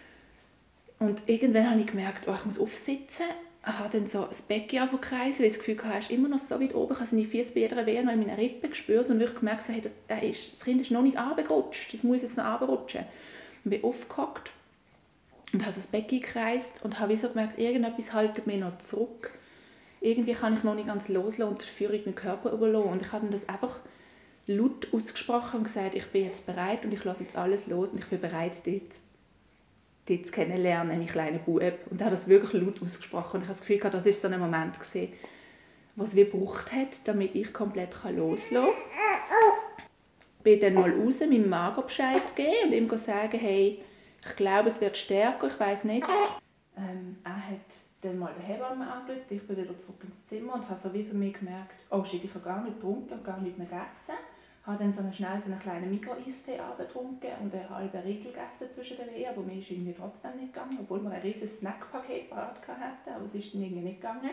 Und irgendwann habe ich gemerkt, ich muss aufsitzen. Ich habe dann so das Becken aufgekreist, weil ich das Gefühl hatte, er ist immer noch so weit oben. Ich habe seine Füße bei jeder Wehe noch in meinen Rippen gespürt und wirklich gemerkt, hey, das Kind ist noch nicht runtergerutscht, das muss jetzt noch runterrutschen. Ich bin aufgehockt und habe das Becken gekreist und habe so gemerkt, irgendetwas haltet mich noch zurück. Irgendwie kann ich noch nicht ganz loslassen und die Führung meinen Körper überlassen. Und ich habe dann das einfach laut ausgesprochen und gesagt, ich bin jetzt bereit und ich lasse jetzt alles los und ich bin bereit, die zu kennenlernen, mein kleiner Bub. Und er hat das wirklich laut ausgesprochen. Und ich habe das Gefühl, das war so ein Moment, was es gebraucht hat, damit ich komplett loslassen kann. Ich bin dann mal raus, meinem Magen Bescheid geben und ihm sagen, hey, ich glaube, es wird stärker, ich weiss nicht. Er hat dann mal die Hebamme angerufen, ich bin wieder zurück ins Zimmer und habe so wie für mich gemerkt, oh shit, ich habe gar nicht getrunken und gar nicht mehr gegessen. Ich habe dann schnell so einen kleinen Mikro-Eistee getrunken und einen halben Riegel gegessen zwischen den Wehen, aber mir ist irgendwie trotzdem nicht gegangen, obwohl wir ein riesiges Snackpaket parat hatten, aber es ist dann irgendwie nicht gegangen.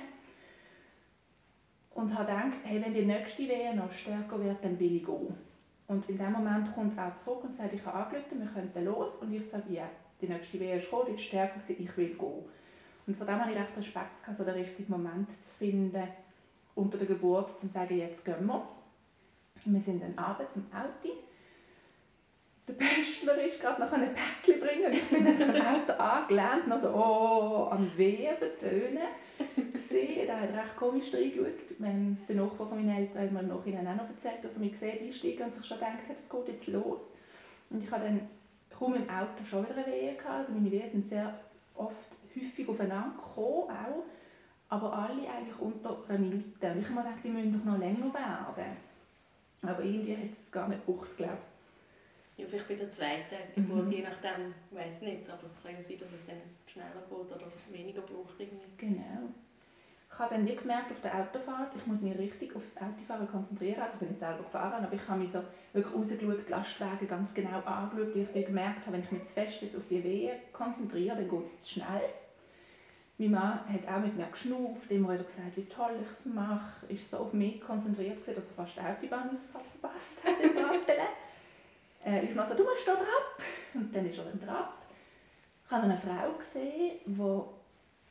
Und habe gedacht, hey, wenn die nächste Wehe noch stärker wird, dann will ich gehen. Und in dem Moment kommt er zurück und sagt, ich habe angerufen, wir könnten los. Und ich sage, ja, die nächste Wehe ist gekommen, die ist stärker, ich will gehen. Und von dem habe ich recht Respekt gehabt, so den richtigen Moment zu finden unter der Geburt, um zu sagen, jetzt gehen wir. Wir sind dann abends zum Auto. Der Bästler ist gerade noch ein Päckchen bringen. Ich bin dann so am Auto angelehnt, noch so am Wehen vertönen. Der hat recht komisch reingeschaut. Der Nachbar von meinen Eltern hat mir im Nachhinein auch noch erzählt, dass er mich sieht einsteigen und sich schon gedacht hat, es geht jetzt los. Und ich hatte dann kaum im Auto schon wieder eine Wehe gehabt. Also meine Wehen sind sehr häufig aufeinander gekommen, auch, aber alle eigentlich unter einer Minute. Und ich habe mir gedacht, die müssen doch noch länger werden. Aber irgendwie hat es gar nicht gebraucht, glaube ich.
Ja, vielleicht bei der zweiten Geburt, je nachdem, ich weiss nicht, aber es kann ja sein, dass es dann schneller geht oder weniger braucht. Irgendwie.
Genau. Ich habe dann wie gemerkt auf der Autofahrt, ich muss mich richtig auf das Autofahren konzentrieren. Also ich bin nicht selber gefahren, aber ich habe mich so wirklich rausgeschaut, die Lastwagen ganz genau angeschaut, weil ich gemerkt habe, wenn ich mich zu fest jetzt auf die Wehe konzentriere, dann geht es zu schnell. Mein Mann hat auch mit mir geschnauft, immer wieder gesagt, wie toll ich es mache. Er war so auf mich konzentriert, dass er fast die Autobahnausfahrt verpasst hat im Ratteln. Ich habe so, du musst da drauf. Und dann ist er dann drauf. Ich habe eine Frau gesehen, die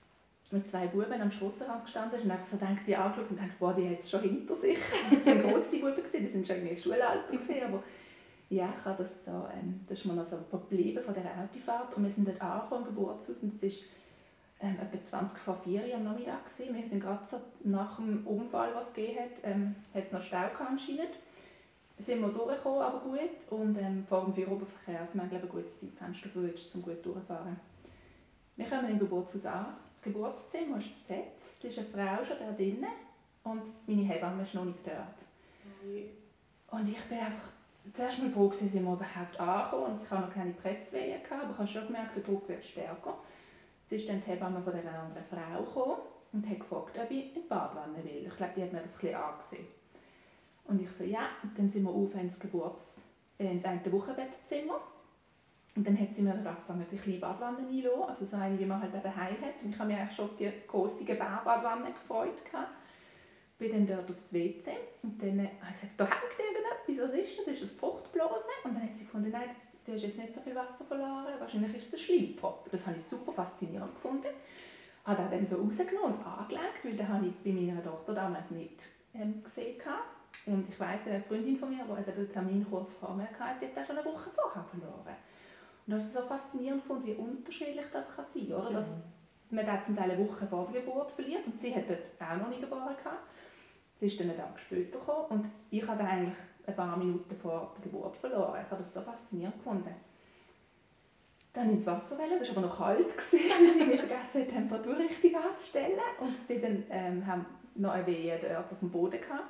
mit 2 Buben am Strassenrand gestanden ist und einfach so die angeschaut und dachte, boah, die hat es schon hinter sich. Das waren grosse Buben, die sind schon irgendwie Schulalter gewesen, aber ja, ich habe das so, das ist mir noch so geblieben von dieser Autofahrt und wir sind dort angekommen im Geburtshaus und es ist etwa 20 vor 4 Uhr am Nachmittag gewesen. Wir sind gerade so nach dem Unfall, was es gegeben hat, hat es noch Stau gehabt anscheinend. Sind wir durchgekommen, aber gut und vor dem Feierabendverkehr, also wir haben glaube ich, ein gutes Zeitfenster gewünscht, um gut durchzufahren. Wir kommen im Geburtshaus an, das Geburtszimmer ist besetzt, es ist eine Frau schon da drinnen und meine Hebamme ist noch nicht dort. Und ich bin einfach zuerst mal froh, dass wir überhaupt angekommen und ich hatte noch keine Presswehen, aber ich habe schon gemerkt, der Druck wird stärker. Es ist dann die Hebamme von dieser anderen Frau gekommen und hat gefragt, ob ich in die Badwanne will. Ich glaube, die hat mir das ein bisschen angesehen. Und ich so, ja. Und dann sind wir auf ins eine Wochenbettzimmer. Und dann hat sie mir angefangen, die kleine Badwanne einzulassen, also so eine, wie man halt daheim hat. Und ich habe mich eigentlich schon auf die grosse Gebärbadwanne gefreut. Bin dann dort aufs WC und dann habe ich gesagt, da hängt irgendetwas, was ist das? Ist das Fruchtblase? Und dann hat sie gefunden, nein, du hast jetzt nicht so viel Wasser verloren, wahrscheinlich ist es der Schleimpfropfen. Das habe ich super faszinierend gefunden. Habe das dann so rausgenommen und angelegt, weil das habe ich bei meiner Tochter damals nicht gesehen. Und ich weiss, eine Freundin von mir, die den Termin kurz vor mir hatte, die hat das schon eine Woche vorher verloren. Und das ist so faszinierend gefunden, wie unterschiedlich das kann sein kann. Dass man das zum Teil eine Woche vor der Geburt verliert und sie hat dort auch noch nicht geboren. Sie ist dann einen Tag später gekommen und ich habe eigentlich ein paar Minuten vor der Geburt verloren. Ich habe das so faszinierend gefunden. Dann ins Wasser wollen, das war aber noch kalt, weil sie irgendwie vergessen die Temperatur richtig anzustellen. Und bin dann, haben noch eine Wehe dort auf dem Boden gehabt.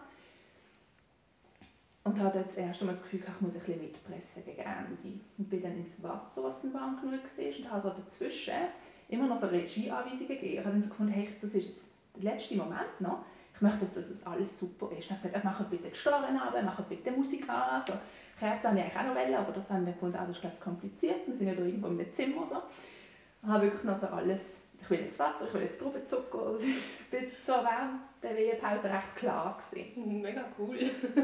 Und hatte das erste Mal das Gefühl, ich muss ein bisschen mitpressen gegen Ende. Und bin dann ins Wasser, was dann warm genug war. Und habe so dazwischen immer noch so Regieanweisungen gegeben. Ich habe dann so gefunden, hey, das ist jetzt der letzte Moment noch. Ich möchte jetzt, dass es alles super ist. Dann habe ich gesagt, macht bitte die Storen runter, macht bitte Musik an. So, Kerzen habe ich eigentlich auch noch wollen, aber das haben wir gefunden, das ist glaube ich zu kompliziert. Wir sind ja da irgendwo in einem Zimmer. So. Ich habe wirklich noch so alles, ich will jetzt Wasser, ich will jetzt Traubenzucker. Also ich war so während der Wehepause recht klar gewesen.
Mega cool.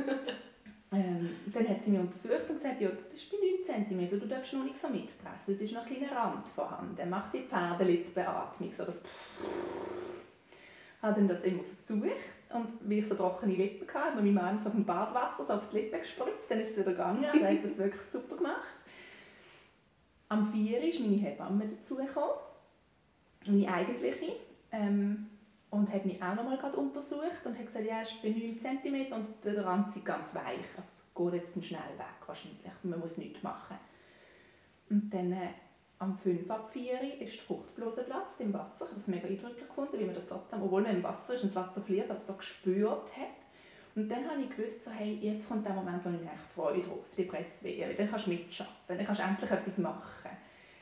Dann hat sie mich untersucht und gesagt, ja, du bist bei 9 cm, du darfst noch nicht so mitpressen, es ist noch ein kleiner Rand vorhanden. Mach die Pferdelippe-Beatmung, so das Ich habe dann das immer versucht und wie ich so trockene Lippen hatte, hat mein Mann so auf dem Badwasser so auf die Lippen gespritzt, dann ist es wieder gegangen. Also er hat das wirklich super gemacht. Am 4 ist meine Hebamme dazugekommen, meine eigentliche, und hat mich auch noch mal untersucht und hat gesagt, ja, es ist bei 9 cm und der Rand ist ganz weich. Es geht jetzt schnell weg wahrscheinlich, man muss nichts machen. Und dann am 5 ab 4 ist die Fruchtblase geplatzt im Wasser. Ich habe das mega eindrücklich gefunden, wie man das trotzdem, obwohl man im Wasser ist und das Wasser verliert, aber so gespürt hat. Und dann habe ich gewusst, so, hey, jetzt kommt der Moment, wo ich mich freue drauf, die Presswehe. Dann kannst du mitarbeiten, dann kannst du endlich etwas machen.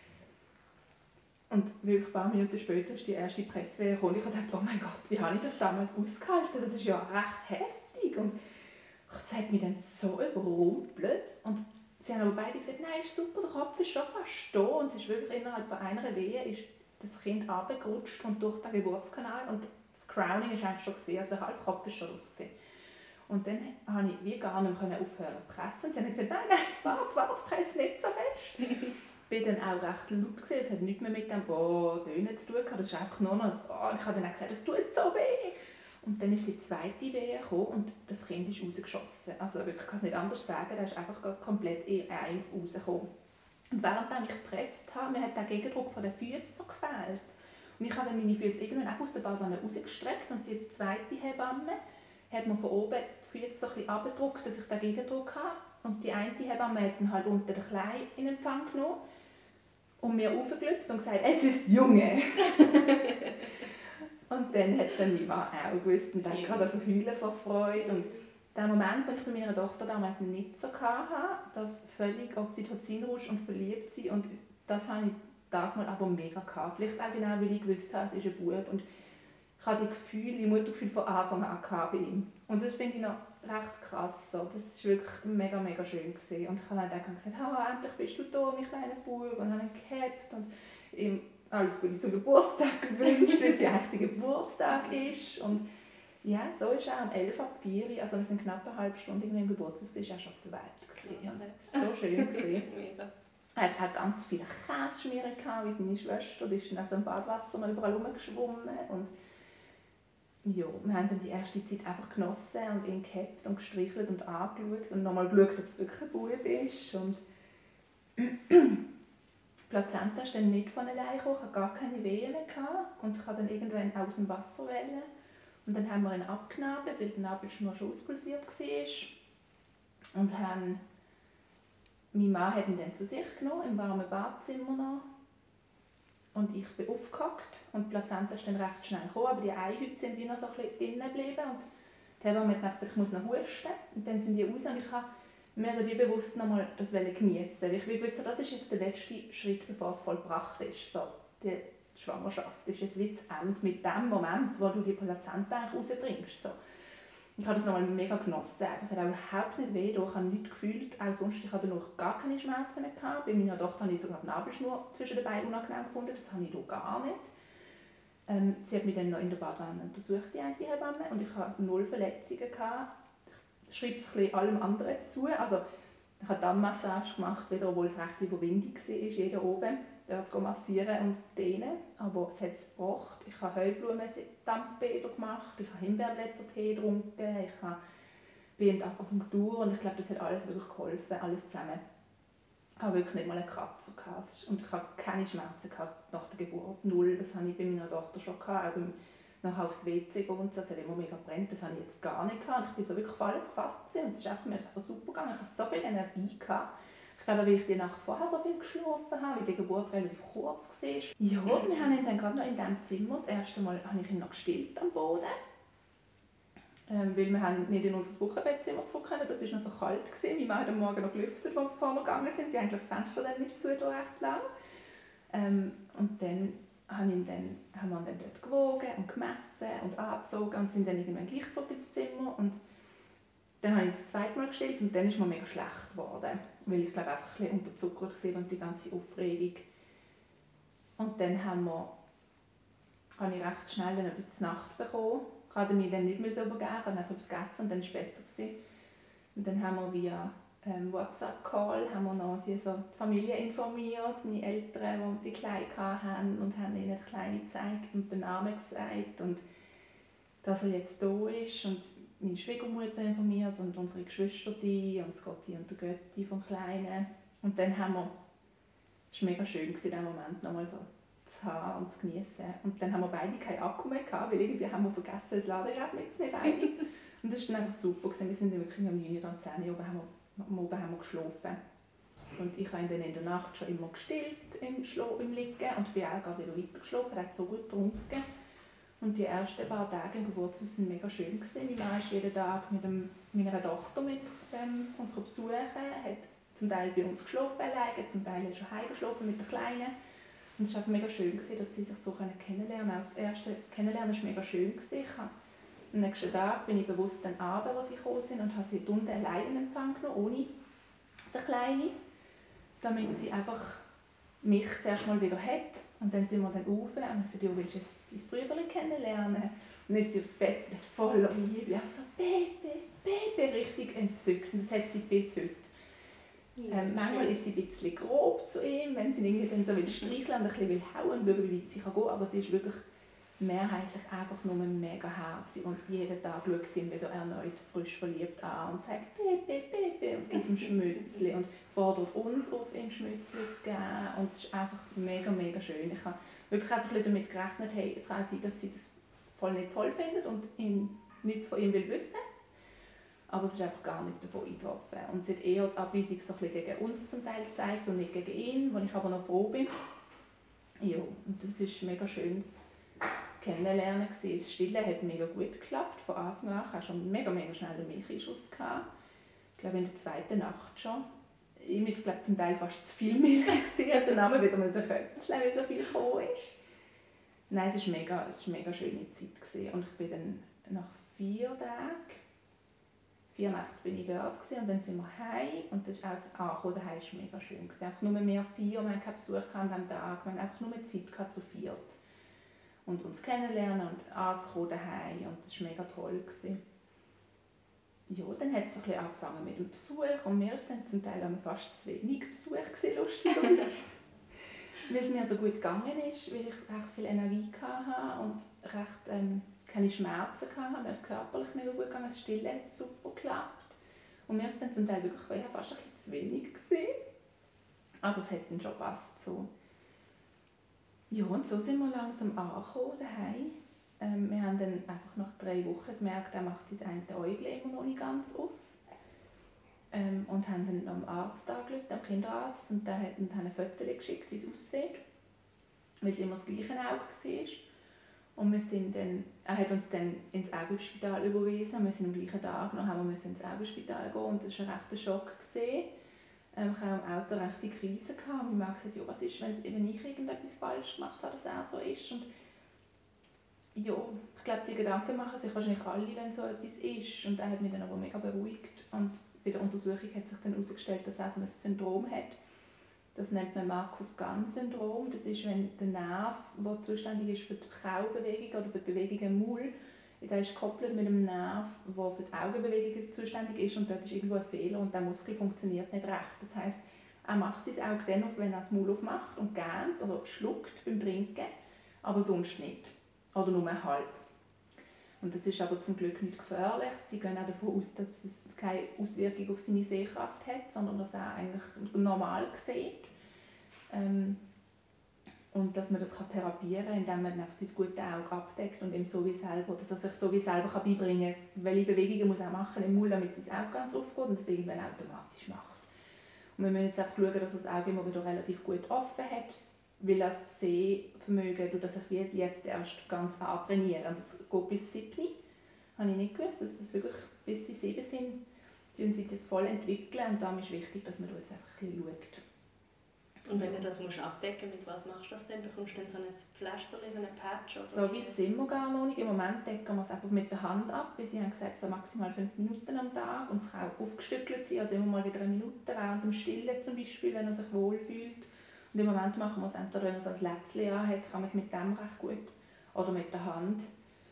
Und wirklich ein paar Minuten später ist die erste Presswehe gekommen. Ich dachte, oh mein Gott, wie habe ich das damals ausgehalten? Das ist ja recht heftig. Und das hat mich dann so überrumpelt. Und sie haben aber beide gesagt, nein, ist super, der Kopf ist schon fast da. Und es ist wirklich innerhalb von einer Wehe ist das Kind runtergerutscht und durch den Geburtskanal. Und das Crowning ist eigentlich schon gesehen, also der halbe Kopf ist schon rausgesehen. Und dann konnte ich wie gar nicht mehr aufhören zu pressen. Sie haben gesagt, nein, warte, press nicht so fest. Ich war dann auch recht laut gewesen. Es hat nichts mehr mit dem Tönen zu tun gehabt. Das ist einfach nur noch ein ich habe dann auch gesagt, es tut so weh. Und dann ist die zweite Wehe gekommen und das Kind ist rausgeschossen. Also wirklich, ich kann es nicht anders sagen, der ist einfach komplett in einem rausgekommen. Und während ich gepresst habe, mir hat der Gegendruck von den Füßen so gefehlt. Und ich habe dann meine Füße irgendwann einfach aus der Badwanne rausgestreckt und die zweite Hebamme hat mir von oben die Füße so ein bisschen runtergedrückt, dass ich den Gegendruck habe. Und die eine Hebamme hat dann halt unter den Kleinen in Empfang genommen und mir aufgeklopft und gesagt, es ist Junge. Und dann hat es dann mein Mann auch gewusst und dann gerade verheulen vor Freude. Und der Moment, den ich bei meiner Tochter damals nicht so hatte, das völlig Oxytocinrausch und verliebt sein, und das hatte ich das mal aber mega gehabt. Vielleicht auch genau, weil ich gewusst habe, es ist ein Bub. Und ich hatte die Muttergefühle von Anfang an bei ihm. Und das finde ich noch recht krass. So. Das war wirklich mega, mega schön gewesen. Und ich habe dann gesagt, endlich bist du da, mein kleiner Bub. Und habe ihn gehabt und ihm alles Gute zum Geburtstag gewünscht, weil es ja eigentlich sein Geburtstag ist. Und ja, so ist er am 11 ab 4, also wir sind knapp eine halbe Stunde im Geburtstag, ist er schon auf der Welt gewesen. Und es war so schön gewesen. Er hat ganz viele Käseschmieren gehabt, wie seine Schwester. Die ist dann also im Badwasser noch überall rumgeschwommen. Und ja, wir haben dann die erste Zeit einfach genossen und ihn gehabt und gestreichelt und angeschaut. Und nochmal geschaut, ob es wirklich ein Bub ist. Und die Plazenta ist dann nicht von alleine gekommen, ich hatte gar keine Wehen mehr gehabt. Und ich habe dann irgendwann aus dem Wasser wählen. Und dann haben wir ihn abgenabelt, weil der Nabelschnur schon auspulsiert war. Und mein Mann hat ihn dann zu sich genommen, im warmen Badzimmer noch. Und ich bin aufgehockt und die Plazenta ist dann recht schnell gekommen, aber die Eihüte sind wie noch so ein bisschen drinnen geblieben. Und die Hebamme hat gesagt, ich muss noch husten. Und dann sind die raus und ich habe mir wie bewusst noch mal das geniessen. Ich wusste, das ist jetzt der letzte Schritt, bevor es vollbracht ist. So, die Schwangerschaft ist jetzt wie das Ende mit dem Moment, wo du die Plazenta rausbringst. So. Ich habe das nochmal mega genossen. Es hat auch überhaupt nicht weh, ich habe nichts gefühlt. Auch sonst, ich hatte noch gar keine Schmerzen mehr gehabt. Bei meiner Tochter habe ich sogar die Nabelschnur zwischen den Beinen unangenehm gefunden. Das habe ich hier gar nicht. Sie hat mich dann noch in der Badewanne untersucht, die eine Hebamme, und ich hatte 0 Verletzungen gehabt. Ich schreibe es ein bisschen allem anderen zu. Also, ich habe Dammmassage gemacht, wieder, obwohl es recht überwindig war, jeder oben. Dort massieren und dehnen, aber es hat es gebracht. Ich habe Heublumen-Dampfbäder gemacht, ich habe Himbeerblättertee getrunken, ich habe in der Akupunktur und ich glaube, das hat alles wirklich geholfen, alles zusammen. Ich habe wirklich nicht mal einen Kratzer gehabt und ich habe keine Schmerzen gehabt nach der Geburt, 0. Das hatte ich bei meiner Tochter schon gehabt, auch nachher aufs WC gehen und so, es hat immer mega brennt, das habe ich jetzt gar nicht gehabt. Ich bin so wirklich auf alles gefasst und es ist einfach, mir ist einfach super gegangen, ich hatte so viel Energie gehabt. Ich glaube, weil ich die Nacht vorher so viel geschlafen habe, weil die Geburt relativ kurz war. Ja, wir haben ihn dann gerade noch in diesem Zimmer, das erste Mal habe ich ihn noch gestillt am Boden. Weil wir haben nicht in unser Wochenbettzimmer zurück können, das war noch so kalt. Mein Mann hat am Morgen noch gelüftet, bevor wir gegangen sind. Die haben das Fenster dann nicht zu, da recht lang. Und dann haben wir ihn dann dort gewogen und gemessen und angezogen und sind dann irgendwann gleich zurück ins Zimmer. Und dann habe ich es das zweite Mal gestillt und dann ist mir mega schlecht geworden, weil ich glaube einfach ein bisschen unterzuckert war und die ganze Aufregung. Und dann habe ich recht schnell dann etwas zur Nacht bekommen. Ich musste mich dann nicht übergeben, ich habe einfach etwas gegessen und dann war es besser. Und dann haben wir via WhatsApp-Call noch die Familie informiert, meine Eltern, die die Kleine hatten, und haben ihnen die Kleine gezeigt und den Namen gesagt und dass er jetzt da ist. Und meine Schwiegermutter informiert und unsere Geschwister und das Gotti und der Götti vom Kleinen. Und dann es war mega schön in diesem Moment, nochmal so zu haben und zu genießen. Und dann haben wir beide keinen Akku mehr gehabt, weil irgendwie haben wir vergessen, das Ladegerät mitzunehmen. Und das war dann einfach super. Wir sind wirklich um 9 oder 10 Uhr oben haben wir geschlafen. Und ich habe ihn dann in der Nacht schon immer gestillt im Liegen und bin auch gerade wieder weiter geschlafen. Er hat so gut getrunken. Und die ersten paar Tage im Geburtshaus waren mega schön. Mein Mann ist jeden Tag mit meiner Tochter mit unserer Besuche, hat zum Teil bei uns geschlafen alleine, zum Teil hat er schon heimgeschlafen mit der Kleinen. Und es war mega schön, dass sie sich so kennenlernen können. Das erste Kennenlernen war mega schön. Am nächsten Tag bin ich bewusst dann abends, als sie gekommen sind, und habe sie unten alleine in Empfang genommen, ohne den Kleinen, damit sie einfach mich zuerst mal wieder hat. Und dann sind wir dann rauf und ich sagte, du willst jetzt dein Brüderchen kennenlernen? Und dann ist sie aufs Bett und hat voller Liebe, einfach so Baby, richtig entzückt. Und das hat sie bis heute. Ja, manchmal ist sie ein bisschen grob zu ihm, wenn sie ihn dann so streicheln und ein bisschen hauen will, wie weit sie gehen kann. Aber sie ist wirklich mehrheitlich einfach nur mega herzig und jeden Tag schaut sie ihn wieder erneut frisch verliebt an und sagt Baby und gibt ihm Schmützli und fordert uns auf, ihm Schmützli zu geben. Und es ist einfach mega, mega schön. Ich habe wirklich auch ein bisschen damit gerechnet, hey, es kann sein, dass sie das voll nicht toll findet und nichts von ihm will wissen. Aber es ist einfach gar nicht davon eingetroffen. Und sie hat eher die Abweisung so ein bisschen gegen uns zum Teil gezeigt und nicht gegen ihn, wo ich aber noch froh bin. Ja, und das ist ein mega schönes Kennenlernen gewesen. Das Stillen hat mega gut geklappt. Von Anfang an hatte ich schon mega schnell einen Milcheinschuss gehabt. Ich glaube in der zweiten Nacht schon. Ihm war es, glaube ich, zum Teil fast zu viel Milch gewesen. Dann haben wir wieder mal so Köpfchen, weil so viel gekommen ist. Nein, es war eine mega schöne Zeit gewesen. Und ich bin dann nach 4 Nächten bin ich dort gewesen, und dann sind wir heim und das ist alles angekommen. Daheim war mega schön gewesen. Einfach nur mehr 4, wir hatten keinen Besuch an diesem Tag, wir hatten einfach nur Zeit zu 4. Und uns kennenlernen und anzukommen daheim, und das war mega toll gewesen. ja, dann hat es ein bisschen angefangen mit dem Besuch und mir ist dann zum Teil fast zu wenig Besuch gewesen, lustigerweise. Weil es mir so gut gegangen ist, weil ich recht viel Energie hatte und recht keine Schmerzen hatte. Mir ist körperlich mega gut gegangen, das Stillen hat super geklappt. Und mir ist dann zum Teil wirklich fast ein bisschen zu wenig gewesen. Aber es hat dann schon gepasst so. Ja, und so sind wir langsam angekommen daheim. Wir haben dann einfach nach 3 Wochen gemerkt, er macht sein eine Äuglein immer noch nicht ganz auf. Und haben dann am Arzt angerufen, am Kinderarzt, und der hat dann ein Foto geschickt, wie es aussieht, weil es immer das gleiche Auge war. Und er hat uns dann ins Augenspital überwiesen. Wir sind am gleichen Tag noch ins Augenspital gehen, und das war ein rechter Schock. Ich hatte im Auto eine rechte Krise. Und meine Mann gesagt, ja, was ist, wenn ich irgendetwas falsch gemacht habe, dass er so ist. Und ja, ich glaube, die Gedanken machen sich wahrscheinlich alle, wenn so etwas ist. Und er hat mich dann aber mega beruhigt. Und bei der Untersuchung hat sich dann herausgestellt, dass er so ein Syndrom hat. Das nennt man Markus-Ganz-Syndrom. Das ist, wenn der Nerv, der zuständig ist für die Kaubewegung oder für die Bewegung im Maul, der ist gekoppelt mit dem Nerv, der für die Augenbewegungen zuständig ist, und dort ist irgendwo ein Fehler und der Muskel funktioniert nicht recht. Das heisst, er macht sein Auge dann auf, wenn er das Maul aufmacht und gähnt oder schluckt beim Trinken, aber sonst nicht. Oder nur halb. Und das ist aber zum Glück nicht gefährlich. Sie gehen auch davon aus, dass es keine Auswirkung auf seine Sehkraft hat, sondern dass er eigentlich normal sieht. Und dass man das therapieren kann, indem man einfach sein gutes Auge abdeckt und ihm so wie selber, dass er sich so wie selber beibringen kann, welche Bewegungen muss er machen im Mund, damit sein Auge ganz aufgeht und das irgendwann automatisch macht. Und wir müssen jetzt auch schauen, dass er das Auge immer wieder relativ gut offen hat, weil das Sehvermögen, durch das ich jetzt erst ganz antrainieren. Und das geht bis 7. Habe ich nicht gewusst, dass das wirklich bis sie 7 sind, sie das voll entwickeln, und darum ist wichtig, dass man da jetzt einfach ein bisschen schaut.
Und wenn du das abdecken musst, mit was machst du das denn? Bekommst du dann so ein Pflaster, so einen Patch? Oder
so weit sind wir gar noch nicht. Im Moment decken wir es einfach mit der Hand ab, weil sie haben gesagt, so maximal 5 Minuten am Tag, und es kann auch aufgestückelt sein, also immer mal wieder 1 Minute während dem Stillen zum Beispiel, wenn er sich wohlfühlt. Und im Moment machen wir es entweder, wenn er so ein Lätzchen anhat, kann man es mit dem recht gut, oder mit der Hand.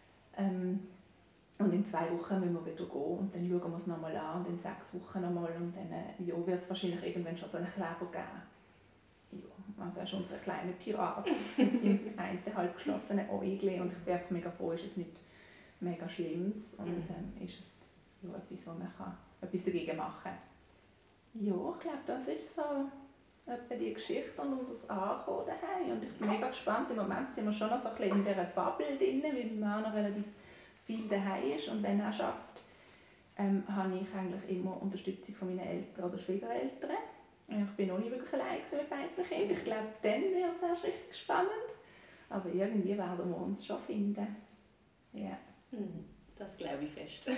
Und in 2 Wochen müssen wir wieder gehen und dann schauen wir es nochmal an, und in 6 Wochen nochmal, und dann wird es wahrscheinlich irgendwann schon so einen Kleber geben. Ja, also er ist unser kleiner Pirat mit seinem einen halb geschlossenen Äuglein, und ich bin einfach mega froh, ist es nicht mega Schlimmes, und ist es ja etwas, wo man etwas dagegen machen kann. Ja, ich glaube, das ist so etwa die Geschichte und unser Ankommen daheim, und ich bin mega gespannt. Im Moment sind wir schon noch so ein bisschen in dieser Bubble drin, weil mein Mann noch relativ viel daheim ist, und wenn er schafft, habe ich eigentlich immer Unterstützung von meinen Eltern oder Schwiegereltern. Ich bin noch nicht wirklich allein mit beiden Kindern. Ich glaube, dann wird es erst richtig spannend. Aber irgendwie werden wir uns schon finden. Ja.
Das glaube ich fest.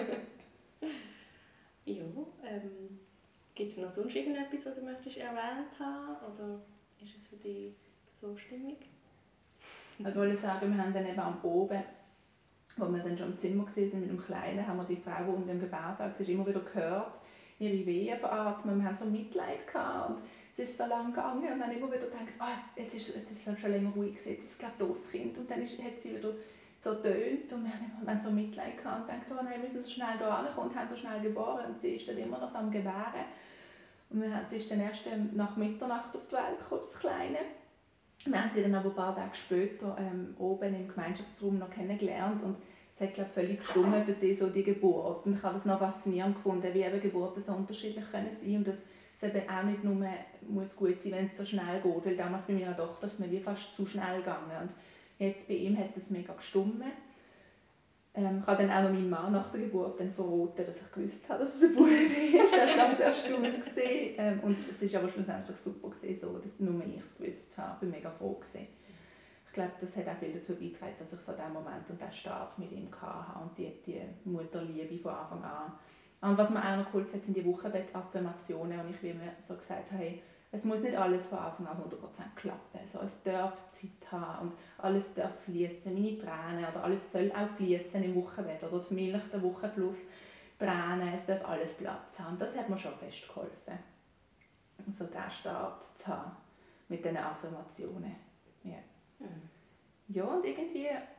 Ja, gibt es noch sonst irgendetwas, was du möchtest erwähnt haben? Oder ist es für dich so stimmig?
Ich wollte sagen, wir haben dann eben am Oben, wo wir dann schon im Zimmer waren mit dem Kleinen, haben wir die Frau, die unter dem Gebärsaal war, immer wieder gehört, ihre Wehen veratmen. Wir haben so Mitleid gehabt, und es ist so lange gegangen, und dann immer wieder gedacht, jetzt ist es schon länger ruhig, jetzt ist es glaube ich das Kind, und dann hat sie wieder so tönt, und wir haben so Mitleid gehabt und gedacht, wir müssen so schnell hier ankommen, und haben so schnell geboren, und sie ist dann immer noch so am Gebären. Und sie ist dann erst nach Mitternacht auf die Welt gekommen, das Kleine. Wir haben sie dann aber ein paar Tage später oben im Gemeinschaftsraum noch kennengelernt, und es hat, glaube ich, völlig gestimmt für sie, so die Geburt. Und ich habe das noch faszinierend gefunden, wie eben Geburten so unterschiedlich können sein, und dass es eben auch nicht nur muss gut sein, wenn es so schnell geht, weil damals bei meiner Tochter ist es mir wie fast zu schnell gegangen, und jetzt bei ihm hat es mega gestimmt. Ich habe dann auch noch meinem Mann nach der Geburt dann verraten, dass ich gewusst habe, dass es ein Bube ist. Er war ganz erstaunt. Und es war aber schlussendlich super, so, dass nur ich es gewusst habe. Ich war mega froh. Ich glaube, das hat auch viel dazu beigetragen, dass ich so diesen Moment und diesen Start mit ihm hatte und die Mutterliebe von Anfang an. Und was mir auch noch geholfen hat, sind die Wochenbettaffirmationen. Und ich wie mir so gesagt habe, es muss nicht alles von Anfang an 100% klappen. Also es darf Zeit haben und alles darf fließen, meine Tränen, oder alles soll auch fließen im Wochenbett, oder die Milch, der Wochenfluss, Tränen, es darf alles Platz haben. Und das hat mir schon fest geholfen, so diesen Start zu haben mit diesen Affirmationen. Ja. Ja, und irgendwie,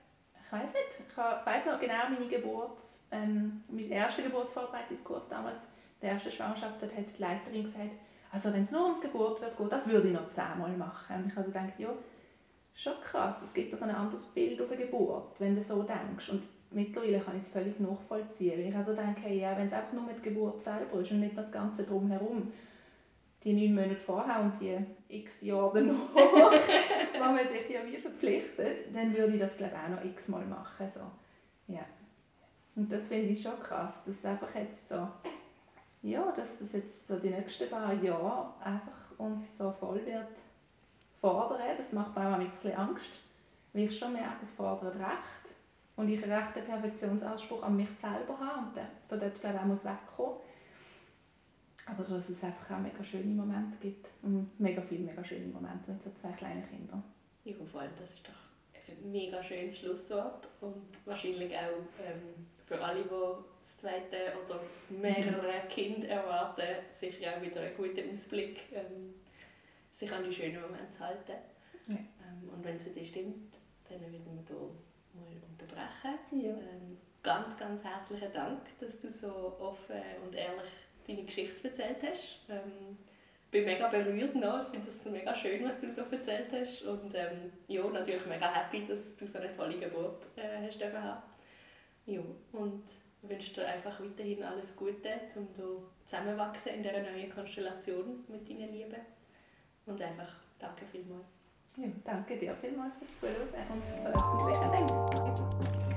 Ich weiss nicht. Ich weiss noch genau, mein erster Geburtsvorbereitungskurs damals, der ersten Schwangerschaft, hat die Leiterin gesagt, also wenn es nur um die Geburt wird gehen, das würde ich noch 10-mal machen. Und ich also gedacht, ja, schon krass, das gibt so ein anderes Bild auf eine Geburt, wenn du so denkst. Und mittlerweile kann ich es völlig nachvollziehen, weil ich also denke, hey, ja, wenn es einfach nur mit der Geburt selber ist und nicht das Ganze drumherum, die 9 Monate vorher und die x Jahre danach, wo man sich ja wie verpflichtet, dann würde ich das glaube ich auch noch x-mal machen. So. Ja. Und das finde ich schon krass, dass es einfach jetzt so, ja, dass das jetzt so die nächsten paar Jahre einfach uns so voll wird fordern. Das macht mir auch ein bisschen Angst, weil ich schon merke, es fordert recht und ich einen rechten Perfektionsanspruch an mich selber habe und von dort glaube ich auch muss wegkommen. Aber dass es einfach auch mega schöne Momente gibt. Und mega viele mega schöne Momente mit so 2 kleinen Kindern.
Ja, vor allem, das ist doch ein mega schönes Schlusswort. Und wahrscheinlich auch für alle, die das zweite oder mehrere Kinder erwarten, sicher auch wieder einen guten Ausblick, sich an die schönen Momente zu halten.
Ja.
Und wenn es für dich stimmt, dann werden wir hier mal unterbrechen.
Ja.
Ganz, ganz herzlichen Dank, dass du so offen und ehrlich deine Geschichte erzählt hast. Ich bin mega berührt noch. Ich finde es mega schön, was du da erzählt hast. Und ja, natürlich mega happy, dass du so eine tolle Geburt hast haben. Ja, und ich wünsche dir einfach weiterhin alles Gute, um hier zusammenwachsen in dieser neuen Konstellation mit deinen Lieben. Und einfach danke vielmals.
Ja, danke dir vielmals fürs Zuhören und Veröffentlichen.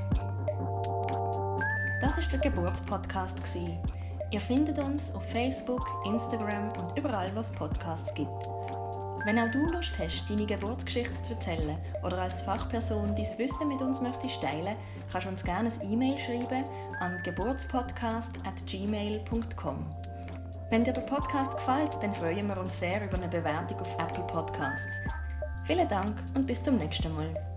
Das war der Geburtspodcast. Ihr findet uns auf Facebook, Instagram und überall, wo es Podcasts gibt. Wenn auch du Lust hast, deine Geburtsgeschichte zu erzählen oder als Fachperson dein Wissen mit uns möchtest teilen, kannst du uns gerne ein E-Mail schreiben an geburtspodcast@gmail.com. Wenn dir der Podcast gefällt, dann freuen wir uns sehr über eine Bewertung auf Apple Podcasts. Vielen Dank und bis zum nächsten Mal.